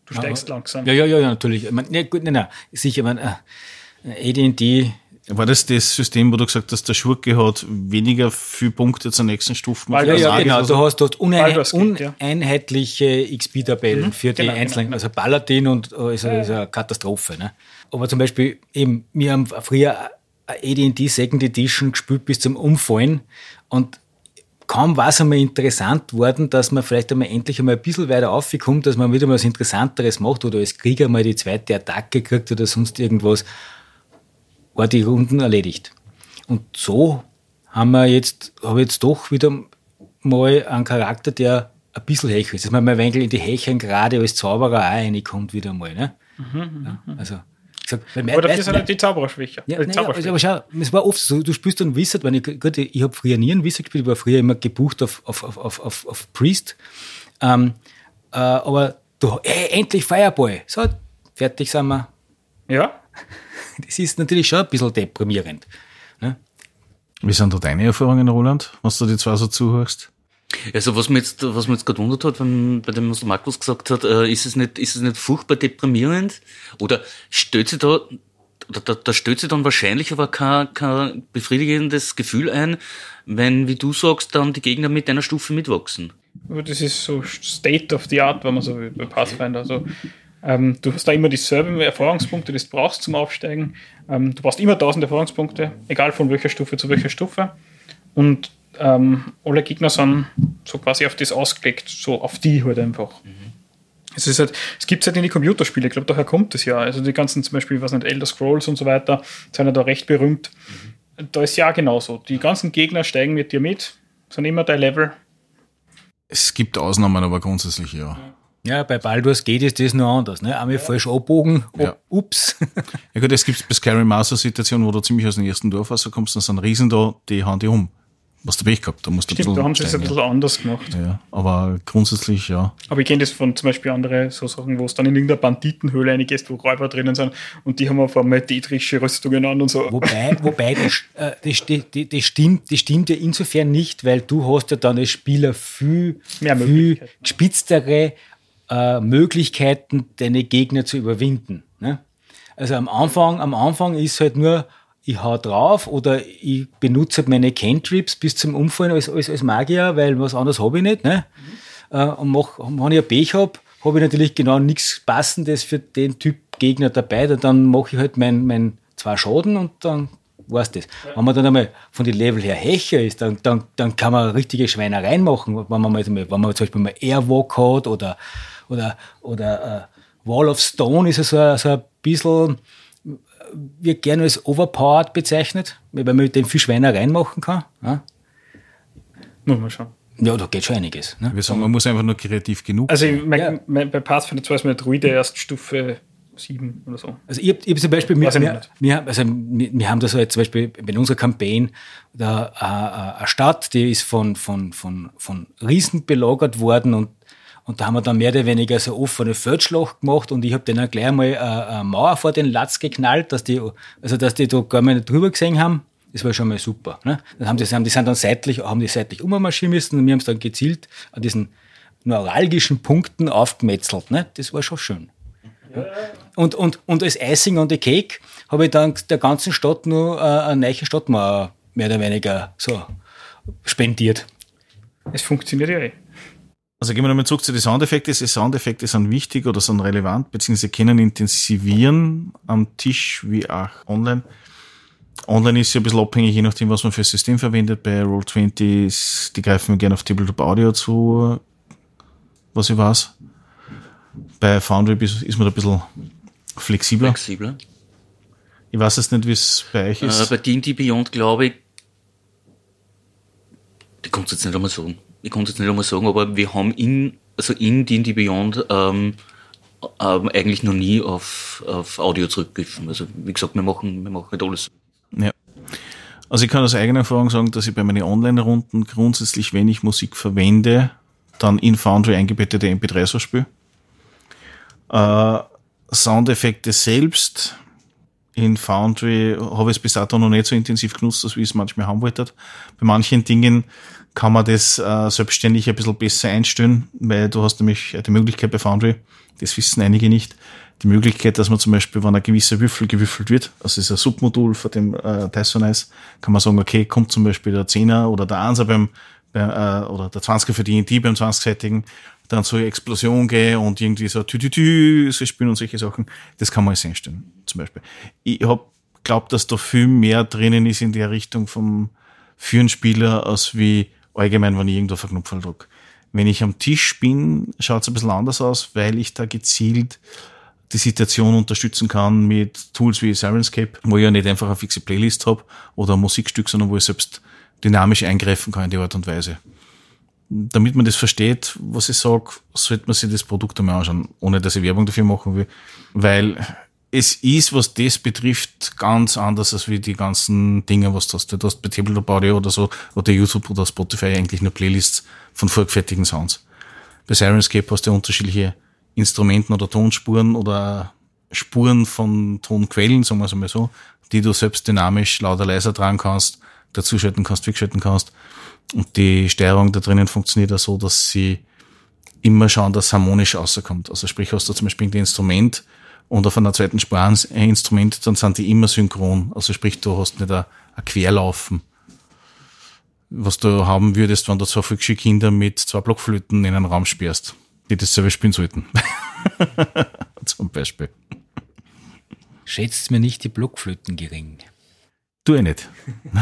Du steigst langsam. Ja, natürlich. Ich meine, gut, nein, sicher, AD&D. War das System, wo du gesagt hast, der Schurke hat weniger viele Punkte zur nächsten Stufe? Ja, genau. Du hast dort Geht, uneinheitliche XP-Tabellen für die einzelnen, genau. Also Paladin und ist eine Katastrophe. Ne? Aber zum Beispiel eben, wir haben früher AD&D Second Edition gespielt bis zum Umfallen und kaum war es einmal interessant worden, dass man vielleicht einmal endlich einmal ein bisschen weiter aufkommt, dass man wieder mal was Interessanteres macht oder als Krieger mal die zweite Attacke kriegt oder sonst irgendwas, war die Runden erledigt. Und so habe ich jetzt doch wieder mal einen Charakter, der ein bisschen hecher ist. Dass man mal ein wenig in die Hechern gerade als Zauberer auch reinkommt wieder mal. Ne? Also, gesagt, aber dafür sind die Zauberer schwächer. Aber schau, es war oft so, du spielst dann Wizard, ich habe früher nie einen Wizard gespielt, ich war früher immer gebucht auf Priest. Aber du, endlich Fireball. So, fertig sind wir. Ja. Das ist natürlich schon ein bisschen deprimierend. Ne? Wie sind da deine Erfahrungen, Roland, was du die zwei so zuhörst? Also was mir jetzt gerade wundert hat, bei dem, was der Markus gesagt hat, ist es nicht furchtbar deprimierend? Oder stellt sich da stellt sich dann wahrscheinlich aber kein befriedigendes Gefühl ein, wenn, wie du sagst, dann die Gegner mit einer Stufe mitwachsen? Aber das ist so State of the Art, wenn man so will, bei Pathfinder. Also, du hast da immer dieselben Erfahrungspunkte, die du brauchst zum Aufsteigen. Du brauchst immer 1000 Erfahrungspunkte, egal von welcher Stufe zu welcher Stufe. Und alle Gegner sind so quasi auf das ausgelegt, so auf die halt einfach. Es gibt es halt in die Computerspiele, ich glaube, daher kommt es ja. Also die ganzen zum Beispiel, was nicht, Elder Scrolls und so weiter, sind ja da recht berühmt. Da ist ja genauso. Die ganzen Gegner steigen mit dir mit, sind immer dein Level. Es gibt Ausnahmen, aber grundsätzlich ja. Ja, bei Baldur's Gate ist das noch anders. Ne? Einmal falsch abbogen, ups. Ja gut, es gibt bei Skyrim Master Situationen, wo du ziemlich aus dem ersten Dorf rauskommst, dann sind Riesen da, die hauen die um. Was du Pech gehabt, da musst du Stimmt, da haben sie es ein bisschen anders gemacht. Ja, aber grundsätzlich ja. Aber ich kenne das von zum Beispiel andere so Sachen, wo es dann in irgendeiner Banditenhöhle reingehst, wo Räuber drinnen sind und die haben auf einmal tetrische Rüstungen an und so. Wobei das stimmt ja insofern nicht, weil du hast ja dann als Spieler viel gespitztere Möglichkeiten, deine Gegner zu überwinden. Ne? Also am Anfang ist halt nur, ich hau drauf oder ich benutze halt meine Cantrips bis zum Umfallen als Magier, weil was anderes habe ich nicht. Ne? Und wenn ich ein Pech habe ich natürlich genau nichts Passendes für den Typ Gegner dabei. Dann mache ich halt mein 2 Schaden und dann war's das. Ja. Wenn man dann einmal von den Level her Hecher ist, dann kann man richtige Schweinereien machen, wenn man zum Beispiel mal Airwalk hat oder Wall of Stone ist ja so ein bisschen, wird gerne als overpowered bezeichnet, weil man mit dem viel Schweinereien machen kann. Ja? Muss man schauen. Ja, da geht schon einiges. Ne? Wir sagen, man muss einfach nur kreativ genug sein. Also bei Pathfinder 2 ist meine Druide erst Stufe 7 oder so. Also ich hab zum Beispiel, wir haben das halt zum Beispiel in unserer Campaign da eine Stadt, die ist von Riesen belagert worden und da haben wir dann mehr oder weniger so offene Feldschlacht gemacht und ich habe denen gleich mal eine Mauer vor den Latz geknallt, dass die da gar mal nicht drüber gesehen haben. Das war schon mal super. Ne? Die sind dann seitlich ummarschieren müssen und wir haben es dann gezielt an diesen neuralgischen Punkten aufgemetzelt. Ne? Das war schon schön. Ja. Und als Icing on the Cake habe ich dann der ganzen Stadt nur eine neue Stadtmauer mehr oder weniger so spendiert. Es funktioniert ja eh. Also gehen wir nochmal zurück zu den Soundeffekten. Die Soundeffekte sind wichtig oder sind relevant, beziehungsweise können intensivieren am Tisch wie auch online. Online ist ja ein bisschen abhängig, je nachdem, was man für ein System verwendet. Bei Roll20, die greifen gerne auf Tabletop Audio zu, was ich weiß. Bei Foundry ist man da ein bisschen flexibler. Ich weiß jetzt nicht, wie es bei euch ist. Bei D&D Beyond, glaube ich, ich kann es jetzt nicht einmal sagen, aber wir haben in D&D Beyond eigentlich noch nie auf Audio zurückgegriffen. Also wie gesagt, wir machen nicht alles. Ja. Also ich kann aus eigener Erfahrung sagen, dass ich bei meinen Online-Runden grundsätzlich, wenn ich Musik verwende, dann in Foundry eingebettete MP3s spiele. Soundeffekte selbst In Foundry habe ich es bis dato noch nicht so intensiv genutzt, als wie ich es manchmal haben wollte. Bei manchen Dingen kann man das selbstständig ein bisschen besser einstellen, weil du hast nämlich die Möglichkeit bei Foundry, das wissen einige nicht, die Möglichkeit, dass man zum Beispiel, wenn ein gewisser Würfel gewürfelt wird, also das ist ein Submodul von dem Dice, kann man sagen, okay, kommt zum Beispiel der 10er oder der 1er oder der 20er für D&D beim 20-seitigen, dann so eine Explosion gehen und irgendwie so so spielen und solche Sachen. Das kann man alles einstellen, zum Beispiel. Ich glaube, dass da viel mehr drinnen ist in der Richtung für einen Spieler, als wie allgemein, wenn ich irgendwo auf einen Knopf drücke. Wenn ich am Tisch bin, schaut es ein bisschen anders aus, weil ich da gezielt die Situation unterstützen kann mit Tools wie Sirenscape, wo ich ja nicht einfach eine fixe Playlist habe oder ein Musikstück, sondern wo ich selbst dynamisch eingreifen kann in die Art und Weise. Damit man das versteht, was ich sage, sollte man sich das Produkt einmal anschauen, ohne dass ich Werbung dafür machen will, weil es ist, was das betrifft, ganz anders als wie die ganzen Dinge, was du hast. Du hast bei Tabletop Audio oder so, oder YouTube oder Spotify eigentlich nur Playlists von vorgefertigten Sounds. Bei Sirenscape hast du unterschiedliche Instrumenten oder Tonspuren oder Spuren von Tonquellen, sagen wir es einmal so, die du selbst dynamisch lauter, leiser tragen kannst, dazuschalten kannst, wegschalten kannst. Und die Steuerung da drinnen funktioniert auch so, dass sie immer schauen, dass es harmonisch rauskommt. Also sprich, hast du zum Beispiel ein Instrument und auf einer zweiten Spur ein Instrument, dann sind die immer synchron. Also sprich, du hast nicht ein Querlaufen, was du haben würdest, wenn du zwei völkische Kinder mit zwei Blockflöten in einen Raum sperrst, die das selber spielen sollten. Zum Beispiel. Schätzt mir nicht die Blockflöten gering. Tu ich nicht.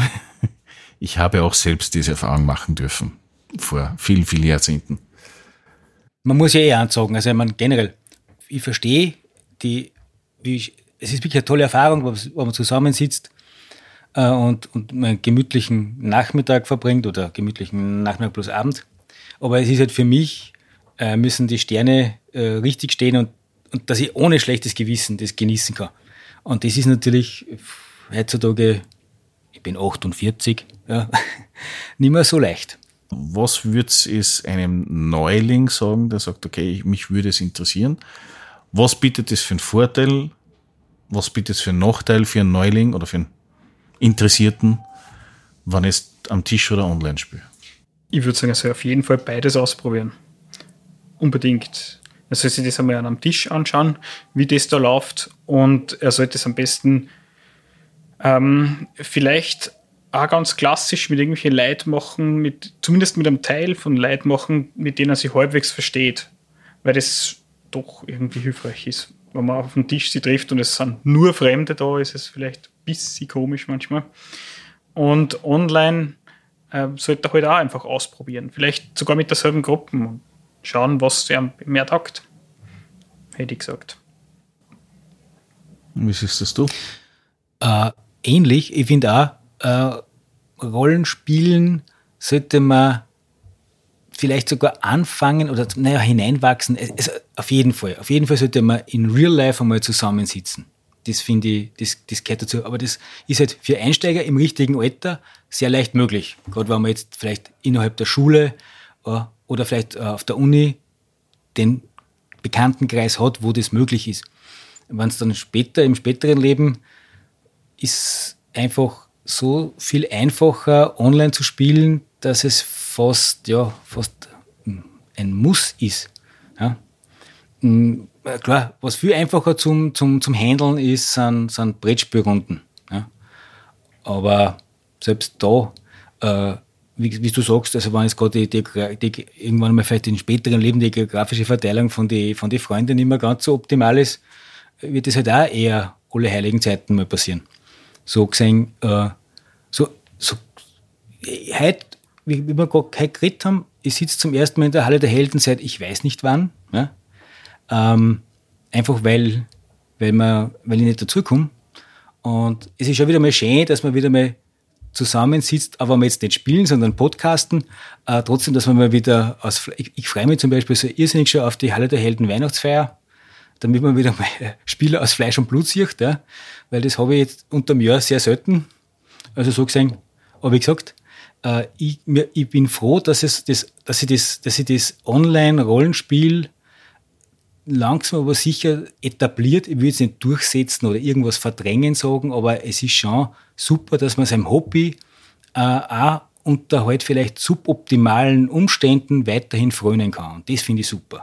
Ich habe auch selbst diese Erfahrung machen dürfen. Vor vielen, vielen Jahrzehnten. Man muss ja ansagen, also ich meine, generell, ich verstehe es ist wirklich eine tolle Erfahrung, wo man zusammensitzt und einen gemütlichen Nachmittag verbringt oder gemütlichen Nachmittag plus Abend. Aber es ist halt für mich, müssen die Sterne richtig stehen und dass ich ohne schlechtes Gewissen das genießen kann. Und das ist natürlich heutzutage, ich bin 48, ja, nicht mehr so leicht. Was würdest du einem Neuling sagen, der sagt, okay, mich würde es interessieren? Was bietet es für einen Vorteil? Was bietet es für einen Nachteil für einen Neuling oder für einen Interessierten, wenn ich es am Tisch oder online spiele? Ich würde sagen, er soll auf jeden Fall beides ausprobieren. Unbedingt. Er soll sich das einmal am Tisch anschauen, wie das da läuft, und er sollte es am besten vielleicht auch ganz klassisch mit irgendwelchen Leuten machen, zumindest mit einem Teil von Leuten machen, mit denen er sich halbwegs versteht, weil das doch irgendwie hilfreich ist. Wenn man auf dem Tisch sie trifft und es sind nur Fremde da, ist es vielleicht ein bisschen komisch manchmal. Und online sollte er halt auch einfach ausprobieren. Vielleicht sogar mit derselben Gruppe und schauen, was er mehr taugt. Hätte ich gesagt. Wie siehst das du? Ähnlich, ich finde auch, Rollenspielen sollte man vielleicht sogar anfangen oder hineinwachsen. Auf jeden Fall sollte man in Real Life einmal zusammensitzen. Das finde ich, das gehört dazu. Aber das ist halt für Einsteiger im richtigen Alter sehr leicht möglich. Gerade wenn man jetzt vielleicht innerhalb der Schule oder vielleicht auf der Uni den Bekanntenkreis hat, wo das möglich ist. Wenn es dann im späteren Leben ist einfach so viel einfacher, online zu spielen, dass es fast ein Muss ist. Ja? Klar, was viel einfacher zum Handeln ist, sind Brettspielrunden. Ja? Aber selbst da, wie du sagst, also wenn es gerade irgendwann mal vielleicht in späteren Leben die geografische Verteilung von den Freunden nicht mehr ganz so optimal ist, wird das halt auch eher alle heiligen Zeiten mal passieren. So gesehen, heute, wie wir gerade heute geredet haben, ich sitze zum ersten Mal in der Halle der Helden seit ich weiß nicht wann. Ja? Einfach weil ich nicht dazukomme. Und es ist schon wieder mal schön, dass man wieder mal zusammensitzt, aber wir jetzt nicht spielen, sondern podcasten. Trotzdem, dass man mal wieder ich freue mich zum Beispiel so irrsinnig schon auf die Halle der Helden Weihnachtsfeier, damit man wieder mal Spieler aus Fleisch und Blut sieht, ja? Weil das habe ich jetzt unterm Jahr sehr selten. Also so gesehen, aber wie gesagt, ich bin froh, dass ich das Online-Rollenspiel langsam aber sicher etabliert. Ich will jetzt nicht durchsetzen oder irgendwas verdrängen sagen, aber es ist schon super, dass man seinem Hobby auch unter halt vielleicht suboptimalen Umständen weiterhin frönen kann. Und das finde ich super.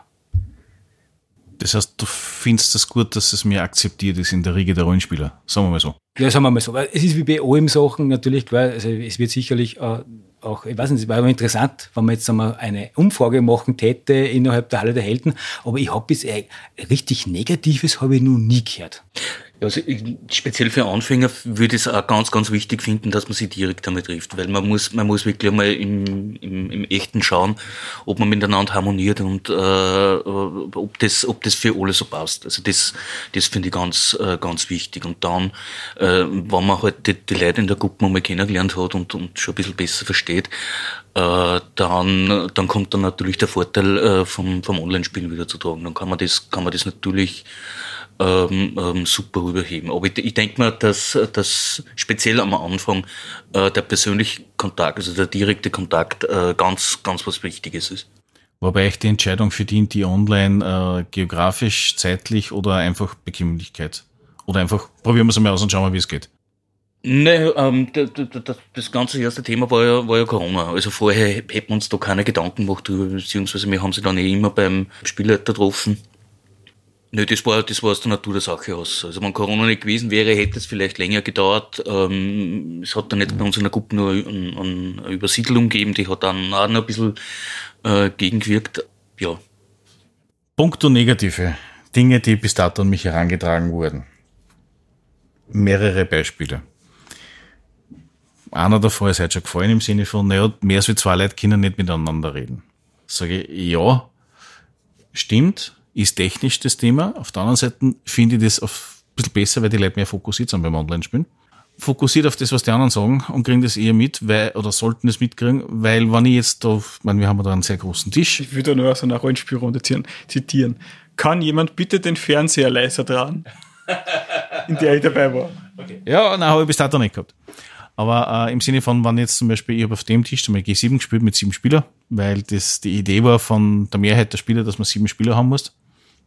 Das heißt, du findest das gut, dass es mehr akzeptiert ist in der Riege der Rollenspieler, sagen wir mal so. Ja, sagen wir mal so. Aber es ist wie bei allen Sachen natürlich klar, also es wird sicherlich auch, ich weiß nicht, es war aber interessant, wenn man jetzt einmal eine Umfrage machen täte innerhalb der Halle der Helden, aber ich habe jetzt richtig Negatives habe ich noch nie gehört. Ja, also speziell für Anfänger würde ich es auch ganz, ganz wichtig finden, dass man sich direkt damit trifft, weil man muss wirklich einmal im Echten schauen, ob man miteinander harmoniert und ob das für alle so passt. Also das finde ich ganz, ganz wichtig. Und dann, wenn man halt die Leute in der Gruppe mal kennengelernt hat und schon ein bisschen besser versteht, dann kommt dann natürlich der Vorteil vom Online-Spielen wieder zu tragen. Dann kann man das natürlich super rüberheben. Aber ich denke mal, dass speziell am Anfang der persönliche Kontakt, also der direkte Kontakt ganz, ganz was Wichtiges ist. Wobei ich die Entscheidung verdient, die online geografisch, zeitlich oder einfach Bequemlichkeit? Oder einfach probieren wir es einmal aus und schauen wir, wie es geht? Nee, das ganze erste Thema war ja Corona. Also vorher hätten wir uns da keine Gedanken gemacht drüber, beziehungsweise wir haben sie dann immer beim Spielleiter getroffen. Nö, das war aus der Natur der Sache aus. Also wenn Corona nicht gewesen wäre, hätte es vielleicht länger gedauert. Es hat dann nicht bei uns in der Gruppe nur eine Übersiedlung gegeben, die hat dann auch noch ein bisschen gegengewirkt. Ja. Punkto Negative. Dinge, die bis dato an mich herangetragen wurden. Mehrere Beispiele. Einer davon ist heute schon gefallen im Sinne von, naja, mehr als 2 Leute können nicht miteinander reden. Sage ich, ja, stimmt. Ist technisch das Thema. Auf der anderen Seite finde ich das ein bisschen besser, weil die Leute mehr fokussiert sind beim Online-Spielen. Fokussiert auf das, was die anderen sagen und kriegen das eher mit, oder sollten das mitkriegen, weil wenn ich jetzt da, wir haben da einen sehr großen Tisch. Ich würde nur aus einer Rollenspielrunde zitieren. Kann jemand bitte den Fernseher leiser dran? In der ich dabei war. Okay. Ja, nein, habe ich bis dato nicht gehabt. Aber im Sinne von, wenn jetzt zum Beispiel, ich habe auf dem Tisch zum Beispiel G7 gespielt mit 7 Spielern, weil das die Idee war von der Mehrheit der Spieler, dass man 7 Spieler haben muss.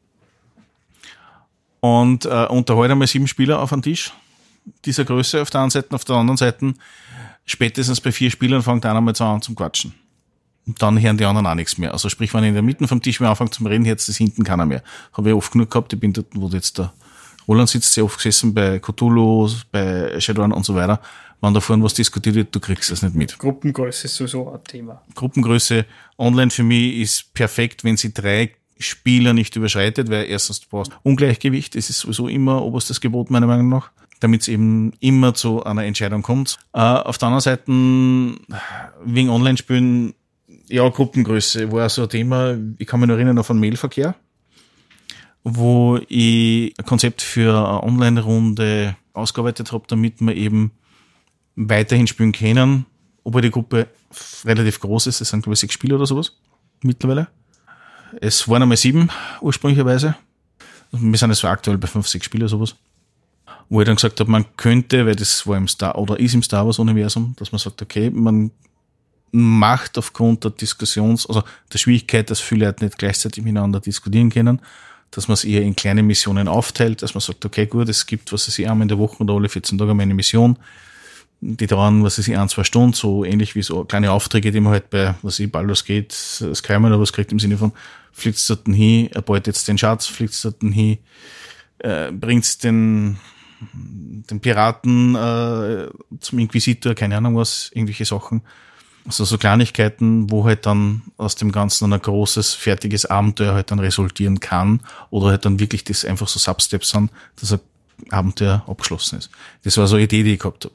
Und unterhalte einmal 7 Spieler auf einen Tisch dieser Größe auf der einen Seite, auf der anderen Seite spätestens bei 4 Spielern fängt einer mal an zum Quatschen. Und dann hören die anderen auch nichts mehr. Also sprich, wenn ich in der Mitte vom Tisch mehr anfange zum Reden, jetzt ist hinten keiner mehr. Habe ich oft genug gehabt, ich bin dort, wo jetzt der Roland sitzt, sehr oft gesessen, bei Cthulhu, bei Shadowrun und so weiter. Wenn da vorne was diskutiert wird, du kriegst das nicht mit. Gruppengröße ist sowieso ein Thema. Gruppengröße online für mich ist perfekt, wenn sie 3 Spieler nicht überschreitet, weil erstens du brauchst Ungleichgewicht, das ist sowieso immer oberstes Gebot meiner Meinung nach, damit es eben immer zu einer Entscheidung kommt. Auf der anderen Seite, wegen Online-Spielen, ja, Gruppengröße war so ein Thema, ich kann mich noch erinnern auf einen Mailverkehr, wo ich ein Konzept für eine Online-Runde ausgearbeitet habe, damit wir eben weiterhin spielen können, obwohl die Gruppe relativ groß ist, es sind glaube ich 6 Spieler oder sowas mittlerweile. Es waren einmal 7 ursprünglicherweise. Wir sind jetzt so aktuell bei 5, 6 Spieler sowas. Wo ich dann gesagt habe, man könnte, weil das war im Star Wars Universum, dass man sagt, okay, man macht aufgrund der also der Schwierigkeit, dass viele Leute nicht gleichzeitig miteinander diskutieren können, dass man es eher in kleine Missionen aufteilt, dass man sagt, okay, gut, es gibt, was weiß ich, einmal in der Woche oder alle 14 Tage eine Mission, die dauern, was weiß ich, 1-2 Stunden, so ähnlich wie so kleine Aufträge, die man halt bei, was weiß ich, Baldur's Gate, Skyrim oder was kriegt im Sinne von, fliegt's dort hin, erbeut jetzt den Schatz, fliegt's dort hin, bringt's den Piraten zum Inquisitor, keine Ahnung was, irgendwelche Sachen. Also so Kleinigkeiten, wo halt dann aus dem Ganzen ein großes, fertiges Abenteuer halt dann resultieren kann oder halt dann wirklich das einfach so Substeps sind, dass ein Abenteuer abgeschlossen ist. Das war so eine Idee, die ich gehabt habe.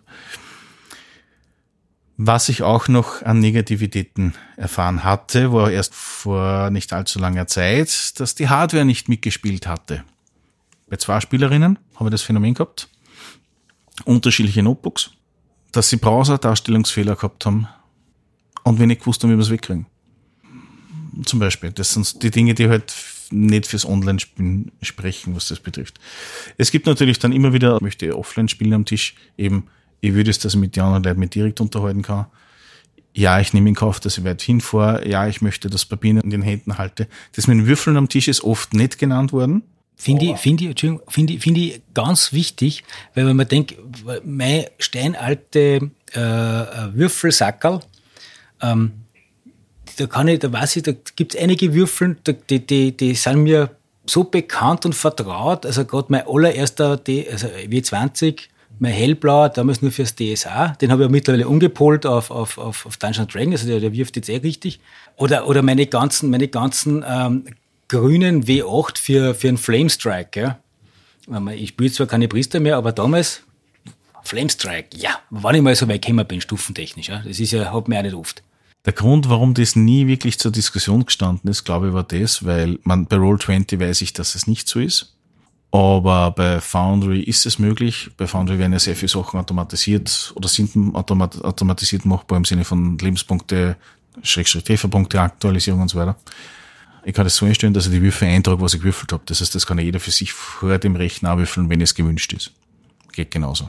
Was ich auch noch an Negativitäten erfahren hatte, war erst vor nicht allzu langer Zeit, dass die Hardware nicht mitgespielt hatte. Bei 2 Spielerinnen habe ich das Phänomen gehabt. Unterschiedliche Notebooks, dass sie Browser-Darstellungsfehler gehabt haben und wir nicht gewusst haben, wie wir es wegkriegen. Zum Beispiel. Das sind die Dinge, die halt nicht fürs Online-Spielen sprechen, was das betrifft. Es gibt natürlich dann immer wieder, ich möchte offline spielen am Tisch, eben, ich würde es, dass ich mit den anderen Leuten mit direkt unterhalten kann. ja, ich nehme in Kauf, dass ich weit hinfahre, ja, ich möchte das Papier in den Händen halte. Das mit den Würfeln am Tisch ist oft nicht genannt worden. Finde ich ganz wichtig, weil wenn man denkt, mein steinalte Würfelsackerl, da weiß ich, da gibt es einige Würfel, die sind mir so bekannt und vertraut. Also gerade mein allererster W20, mein hellblauer, damals nur fürs DSA, den habe ich mittlerweile umgepolt auf Dungeons & Dragons, also der wirft jetzt richtig. Oder meine ganzen grünen W8 für einen Flamestrike. Ja. Ich spiele zwar keine Priester mehr, aber damals Flamestrike, ja, wann ich mal so weit gekommen bin, stufentechnisch. Ja. Das ist ja, hat mir auch nicht oft. Der Grund, warum das nie wirklich zur Diskussion gestanden ist, glaube ich, war das, weil bei Roll20 weiß ich, dass es nicht so ist. Aber bei Foundry ist es möglich. Bei Foundry werden ja sehr viele Sachen automatisiert oder sind automatisiert machbar im Sinne von Lebenspunkte, Trefferpunkte, Aktualisierung und so weiter. Ich kann das so einstellen, dass ich die Würfel eintrage, was ich gewürfelt habe. Das heißt, das kann ja jeder für sich vor dem Rechner würfeln, wenn es gewünscht ist. Geht genauso.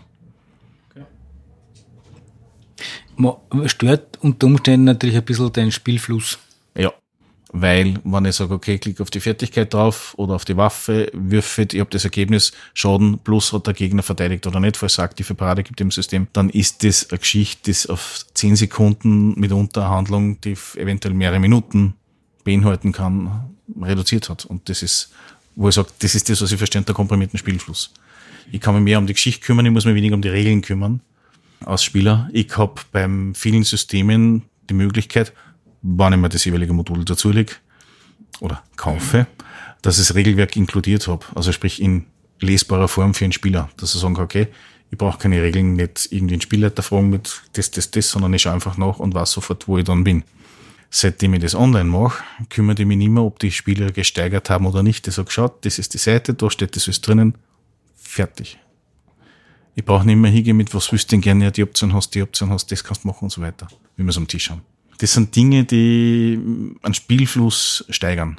Stört unter Umständen natürlich ein bisschen den Spielfluss. Ja, weil wenn ich sage, okay, klick auf die Fertigkeit drauf oder auf die Waffe, würfelt, ich habe das Ergebnis Schaden plus hat der Gegner verteidigt oder nicht, falls es eine aktive Parade gibt im System, dann ist das eine Geschichte, die auf 10 Sekunden mitunter eine Handlung, die eventuell mehrere Minuten beinhalten kann, reduziert hat. Und das ist, wo ich sage, das ist das, was ich verstehe, der komprimierten Spielfluss. Ich kann mich mehr um die Geschichte kümmern, ich muss mich weniger um die Regeln kümmern als Spieler. Ich habe beim vielen Systemen die Möglichkeit, wann ich mir das jeweilige Modul dazulege oder kaufe, dass ich das Regelwerk inkludiert habe. Also sprich in lesbarer Form für einen Spieler. Dass er sagen kann, okay, ich brauche keine Regeln, nicht irgendwie einen Spielleiter fragen mit das, sondern ich schaue einfach nach und weiß sofort, wo ich dann bin. Seitdem ich das online mache, kümmere ich mich nicht mehr, ob die Spieler gesteigert haben oder nicht. Ich sage, schaut, das ist die Seite, da steht das alles drinnen. Fertig. Ich brauche nicht mehr hingehen mit, was willst du denn gerne, ja, die Option hast, das kannst du machen und so weiter, wie wir es am Tisch haben. Das sind Dinge, die einen Spielfluss steigern.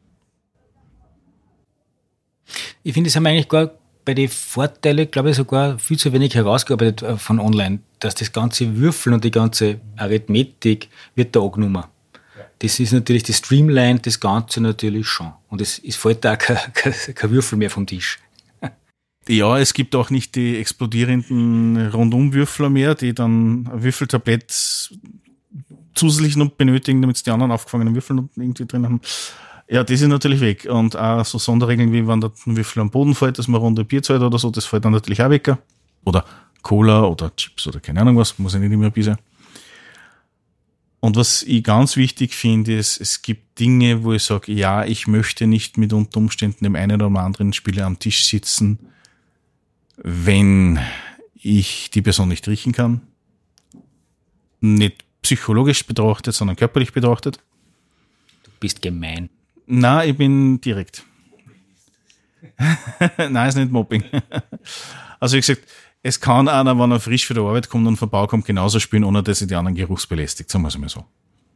Ich finde, das haben wir eigentlich gar bei den Vorteilen, glaube ich, sogar viel zu wenig herausgearbeitet von online, dass das ganze Würfeln und die ganze Arithmetik wird da angenommen. Das ist natürlich, das Streamline, das Ganze natürlich schon. Und es fällt da kein Würfel mehr vom Tisch. Ja, es gibt auch nicht die explodierenden Rundumwürfler mehr, die dann ein Würfeltablett zusätzlich noch benötigen, damit sie die anderen aufgefangenen Würfel noch irgendwie drin haben. Ja, das ist natürlich weg. Und auch so Sonderregeln, wie wenn der Würfel am Boden fällt, dass man eine Runde Bier zahlt oder so, das fällt dann natürlich auch weg. Oder Cola oder Chips oder keine Ahnung was, muss ja nicht immer Bier sein. Und was ich ganz wichtig finde, ist, es gibt Dinge, wo ich sage, ja, ich möchte nicht mit unter Umständen dem einen oder anderen Spieler am Tisch sitzen, wenn ich die Person nicht riechen kann. Nicht psychologisch betrachtet, sondern körperlich betrachtet. Du bist gemein. Nein, ich bin direkt. Nein, ist nicht Mobbing. Also wie gesagt, es kann einer, wenn er frisch für die Arbeit kommt und vom Bau kommt, genauso spielen, ohne dass er die anderen geruchsbelästigt, sagen wir es mal so.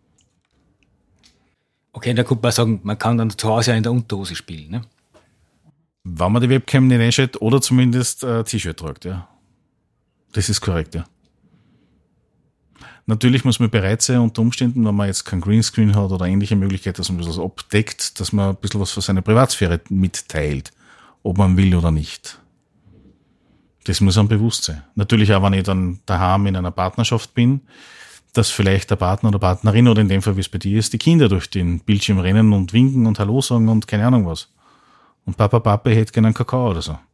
Okay, da könnte man sagen, man kann dann zu Hause auch in der Unterhose spielen, ne? Wenn man die Webcam nicht einschaltet oder zumindest ein T-Shirt tragt, ja. Das ist korrekt, ja. Natürlich muss man bereit sein, unter Umständen, wenn man jetzt kein Greenscreen hat oder ähnliche Möglichkeit, dass man das abdeckt, dass man ein bisschen was für seine Privatsphäre mitteilt, ob man will oder nicht. Das muss einem bewusst sein. Natürlich auch, wenn ich dann daheim in einer Partnerschaft bin, dass vielleicht der Partner oder Partnerin oder in dem Fall, wie es bei dir ist, die Kinder durch den Bildschirm rennen und winken und Hallo sagen und keine Ahnung was. Und Papa hätte gerne einen Kakao oder so.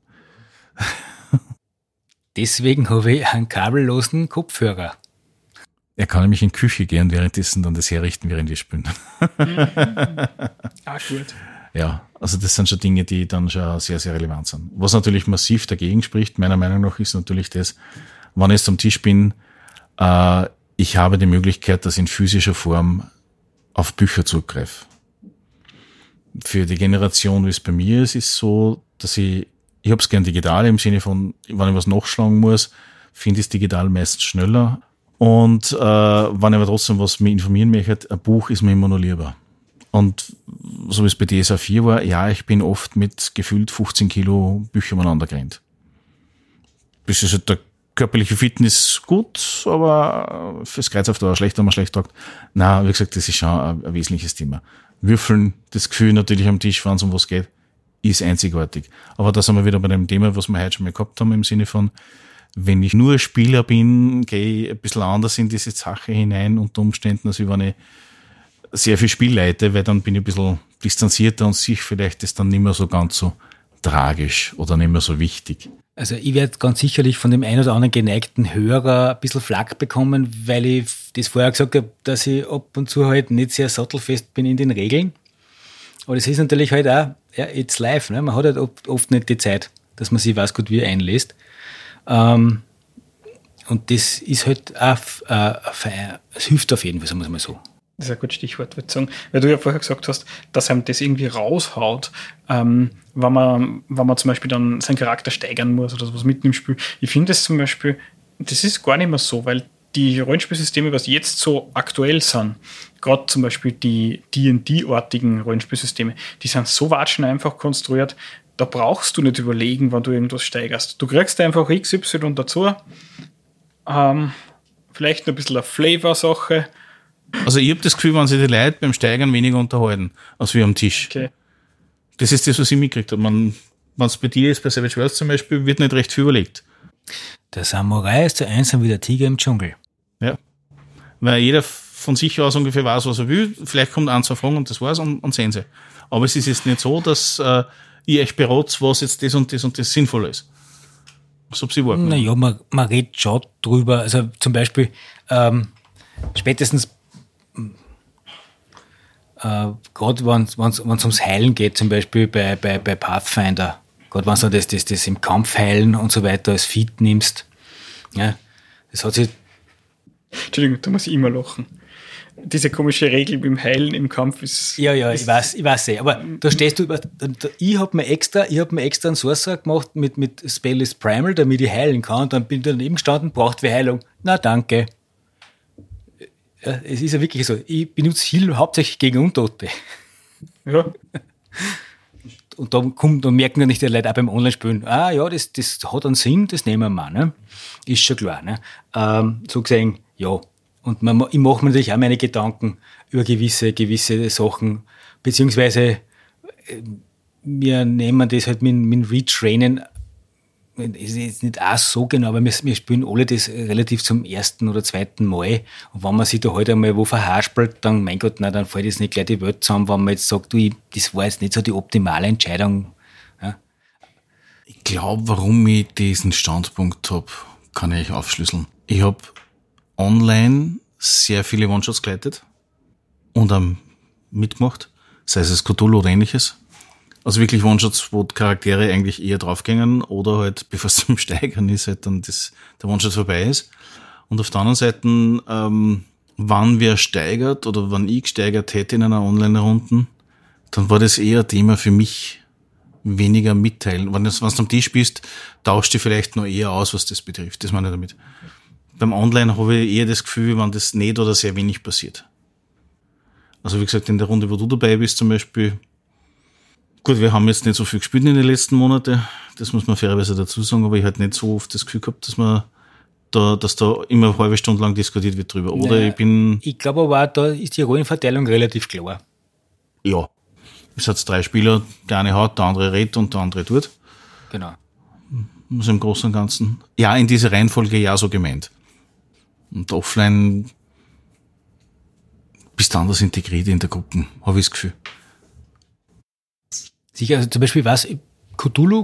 Deswegen habe ich einen kabellosen Kopfhörer. Er kann nämlich in die Küche gehen, währenddessen dann das herrichten, während wir spielen. Ah, gut. Ja, also das sind schon Dinge, die dann schon sehr, sehr relevant sind. Was natürlich massiv dagegen spricht, meiner Meinung nach, ist natürlich das, wenn ich jetzt am Tisch bin, ich habe die Möglichkeit, dass ich in physischer Form auf Bücher zugreife. Für die Generation, wie es bei mir ist, ist so, dass ich habe es gern digital im Sinne von, wenn ich was nachschlagen muss, finde ich es digital meist schneller. Und wenn ich aber trotzdem was mich informieren möchte, ein Buch ist mir immer noch lieber. Und so wie es bei DSA 4 war, ja, ich bin oft mit gefühlt 15 Kilo Büchern umeinander gerannt. Bis ich halt der körperliche Fitness gut, aber fürs Kreuz auf Dauer schlecht, wenn man schlecht taugt. Nein, wie gesagt, das ist schon ein wesentliches Thema. Würfeln, das Gefühl natürlich am Tisch, wenn es um was geht, ist einzigartig. Aber da sind wir wieder bei dem Thema, was wir heute schon mal gehabt haben, im Sinne von, wenn ich nur Spieler bin, gehe ich ein bisschen anders in diese Sache hinein, unter Umständen, als wenn ich sehr viel Spiel leite, weil dann bin ich ein bisschen distanzierter und sehe vielleicht das dann nicht mehr so ganz so tragisch oder nicht mehr so wichtig. Also ich werde ganz sicherlich von dem einen oder anderen geneigten Hörer ein bisschen Flack bekommen, weil ich das vorher gesagt habe, dass ich ab und zu halt nicht sehr sattelfest bin in den Regeln. Aber das ist natürlich halt auch, ja, it's live, ne? Man hat halt oft nicht die Zeit, dass man sich weiß gut wie einlässt. Und das ist halt auch, es hilft auf jeden Fall, sagen wir es mal so. Das ist ein gutes Stichwort, würde ich sagen. Weil du ja vorher gesagt hast, dass einem das irgendwie raushaut, wenn man zum Beispiel dann seinen Charakter steigern muss oder sowas mitten im Spiel. Ich finde das zum Beispiel, das ist gar nicht mehr so, weil die Rollenspielsysteme, was jetzt so aktuell sind, gerade zum Beispiel die D&D-artigen Rollenspielsysteme, die sind so watschen einfach konstruiert, da brauchst du nicht überlegen, wann du irgendwas steigerst. Du kriegst einfach XY dazu, vielleicht noch ein bisschen eine Flavor-Sache. Also ich habe das Gefühl, wenn sich die Leute beim Steigern weniger unterhalten, als wir am Tisch. Okay. Das ist das, was ich mitgekriegt habe. Wenn es bei dir ist, bei Savage Worlds zum Beispiel, wird nicht recht viel überlegt. Der Samurai ist so einsam wie der Tiger im Dschungel. Ja. Weil jeder von sich aus ungefähr weiß, was er will. Vielleicht kommt ein, zwei Fragen und das war's und sehen sie. Aber es ist jetzt nicht so, dass ihr euch berät, was jetzt das und das und das sinnvoll ist. Was ob sie warten. Naja, man redet schon drüber. Also zum Beispiel spätestens gerade wenn es ums Heilen geht, zum Beispiel bei Pathfinder, gerade wenn du das im Kampf heilen und so weiter als Feat nimmst, ja, das hat sich... Entschuldigung, da muss ich immer lachen. Diese komische Regel mit dem Heilen im Kampf ist... Ja, ich weiß aber da stehst du... Ich hab mir extra einen Sorcerer gemacht mit Spell is Primal, damit ich heilen kann, und dann bin ich daneben gestanden, braucht wer Heilung. Na, danke. Ja, es ist ja wirklich so. Ich benutze Heal hauptsächlich gegen Untote. Ja. Und dann merken ja nicht die Leute auch beim Online-Spielen, das hat einen Sinn, das nehmen wir mal. Ne? Ist schon klar. Ne? So gesehen, ja. Und ich mache mir natürlich auch meine Gedanken über gewisse Sachen, beziehungsweise wir nehmen das halt mit Retrainen, es ist nicht auch so genau, aber wir spielen alle das relativ zum ersten oder zweiten Mal. Und wenn man sich da halt einmal wo verhaspelt, dann, mein Gott, dann fällt jetzt nicht gleich die Welt zusammen, wenn man jetzt sagt, das war jetzt nicht so die optimale Entscheidung. Ja. Ich glaube, warum ich diesen Standpunkt habe, kann ich aufschlüsseln. Ich habe online sehr viele One-Shots geleitet und mitgemacht, sei es Cthulhu oder ähnliches. Also wirklich One-Shots, wo die Charaktere eigentlich eher draufgängen oder halt, bevor es zum Steigern ist, halt dann der One-Shot vorbei ist. Und auf der anderen Seite, wann wer steigert oder wann ich gesteigert hätte in einer Online-Runde, dann war das eher ein Thema für mich, weniger mitteilen. Wenn du am Tisch bist, tauscht du vielleicht noch eher aus, was das betrifft. Das meine ich damit. Beim Online habe ich eher das Gefühl, wenn das nicht oder sehr wenig passiert. Also wie gesagt, in der Runde, wo du dabei bist zum Beispiel, gut, wir haben jetzt nicht so viel gespielt in den letzten Monaten, das muss man fairerweise dazu sagen, aber ich hatte nicht so oft das Gefühl gehabt, dass da immer eine halbe Stunde lang diskutiert wird drüber. Oder ich glaube aber auch, da ist die Rollenverteilung relativ klar. Ja. Es hat 3 Spieler, der eine hat, der andere redet und der andere tut. Genau. Also im Großen und Ganzen. Ja, in dieser Reihenfolge ja so gemeint. Und offline bist du anders integriert in der Gruppe, habe ich das Gefühl. Sicher, also zum Beispiel Cthulhu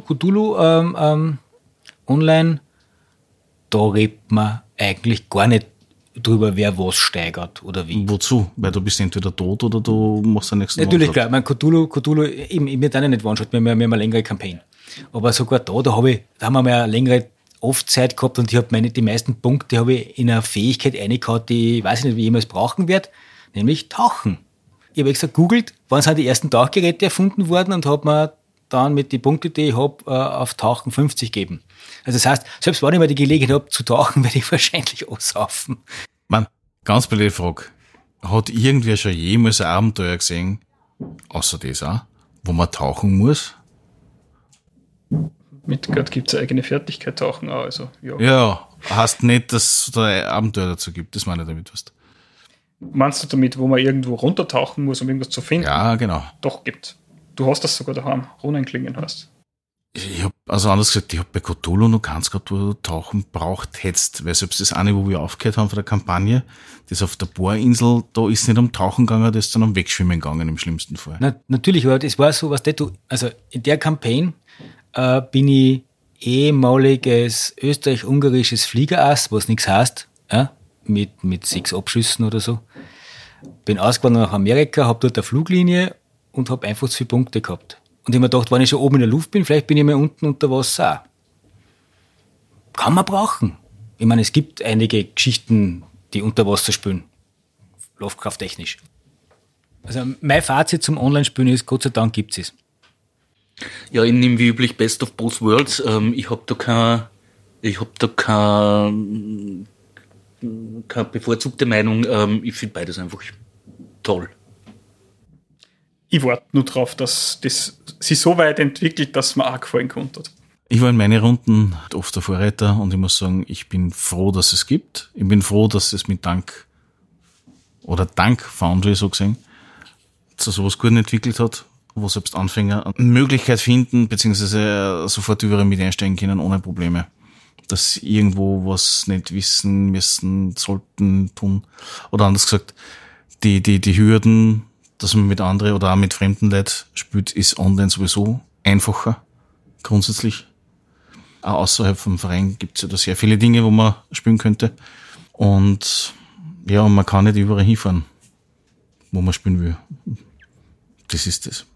online, da redet man eigentlich gar nicht drüber, wer was steigert oder wie. Wozu? Weil du bist entweder tot oder du machst den nächsten Natürlich, klar. Ich Cthulhu, wir dann nicht One-Shot, wir haben eine längere Kampagne. Aber sogar da haben wir mal eine längere Off-Zeit gehabt und ich habe die meisten Punkte habe ich in eine Fähigkeit reingehauen, die ich weiß nicht, wie ich jemals brauchen werde, nämlich Tauchen. Ich habe gesagt, googelt, wann sind die ersten Tauchgeräte erfunden worden und habe mir dann mit den Punkten, die ich habe, auf Tauchen 50 gegeben. Also das heißt, selbst wenn ich mal die Gelegenheit habe zu tauchen, werde ich wahrscheinlich aussaufen. Mann, ganz blöde Frage. Hat irgendwer schon jemals ein Abenteuer gesehen, außer das auch, wo man tauchen muss? Mit Gott gibt es eigene Fertigkeit tauchen auch. Also, ja. Ja, hast nicht, dass es da ein Abenteuer dazu gibt. Das meine ich damit, was. Meinst du damit, wo man irgendwo runtertauchen muss, um irgendwas zu finden? Ja, genau. Doch, gibt. Du hast das sogar daheim. Runenklingen hast. Ich habe, also anders gesagt, ich habe bei Cthulhu noch keins gehabt, wo du tauchen braucht hättest, weil selbst das eine, wo wir aufgehört haben von der Kampagne, das auf der Bohrinsel, da ist nicht um Tauchen gegangen, das ist dann um Wegschwimmen gegangen im schlimmsten Fall. Natürlich, aber das war so, was also in der Campaign bin ich ehemaliges österreich-ungarisches Fliegerass, was nichts heißt, ja, mit 6 Abschüssen oder so. Bin ausgewandert nach Amerika, habe dort eine Fluglinie und habe einfach zu viele Punkte gehabt. Und ich habe mir gedacht, wenn ich schon oben in der Luft bin, vielleicht bin ich mal unten unter Wasser auch. Kann man brauchen. Ich meine, es gibt einige Geschichten, die unter Wasser spielen. Lovecraft-technisch. Also mein Fazit zum Online-Spielen ist, Gott sei Dank gibt es. Ja, ich nehme wie üblich Best of Both Worlds. Ich habe da keine bevorzugte Meinung. Ich finde beides einfach toll. Ich warte nur drauf, dass das sich so weit entwickelt, dass man auch gefallen konnte. Ich war in meinen Runden oft der Vorreiter und ich muss sagen, ich bin froh, dass es gibt. Ich bin froh, dass es mit Dank Foundry so gesehen zu sowas gut entwickelt hat, wo selbst Anfänger eine Möglichkeit finden, beziehungsweise sofort überall mit einsteigen können, ohne Probleme. Dass sie irgendwo was nicht wissen müssen, sollten, tun. Oder anders gesagt, die Hürden, dass man mit anderen oder auch mit fremden Leuten spielt, ist online sowieso einfacher, grundsätzlich. Auch außerhalb vom Verein gibt es ja da sehr viele Dinge, wo man spielen könnte. Und ja, man kann nicht überall hinfahren, wo man spielen will. Das ist das.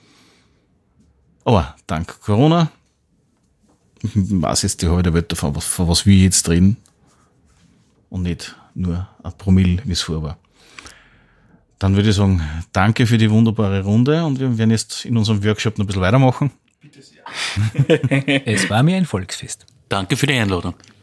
Aber dank Corona, ich weiß jetzt die halbe Welt davon, von was wir jetzt reden. Und nicht nur ein Promille, wie es vorher war. Dann würde ich sagen, danke für die wunderbare Runde und wir werden jetzt in unserem Workshop noch ein bisschen weitermachen. Es war mir ein Volksfest. Danke für die Einladung.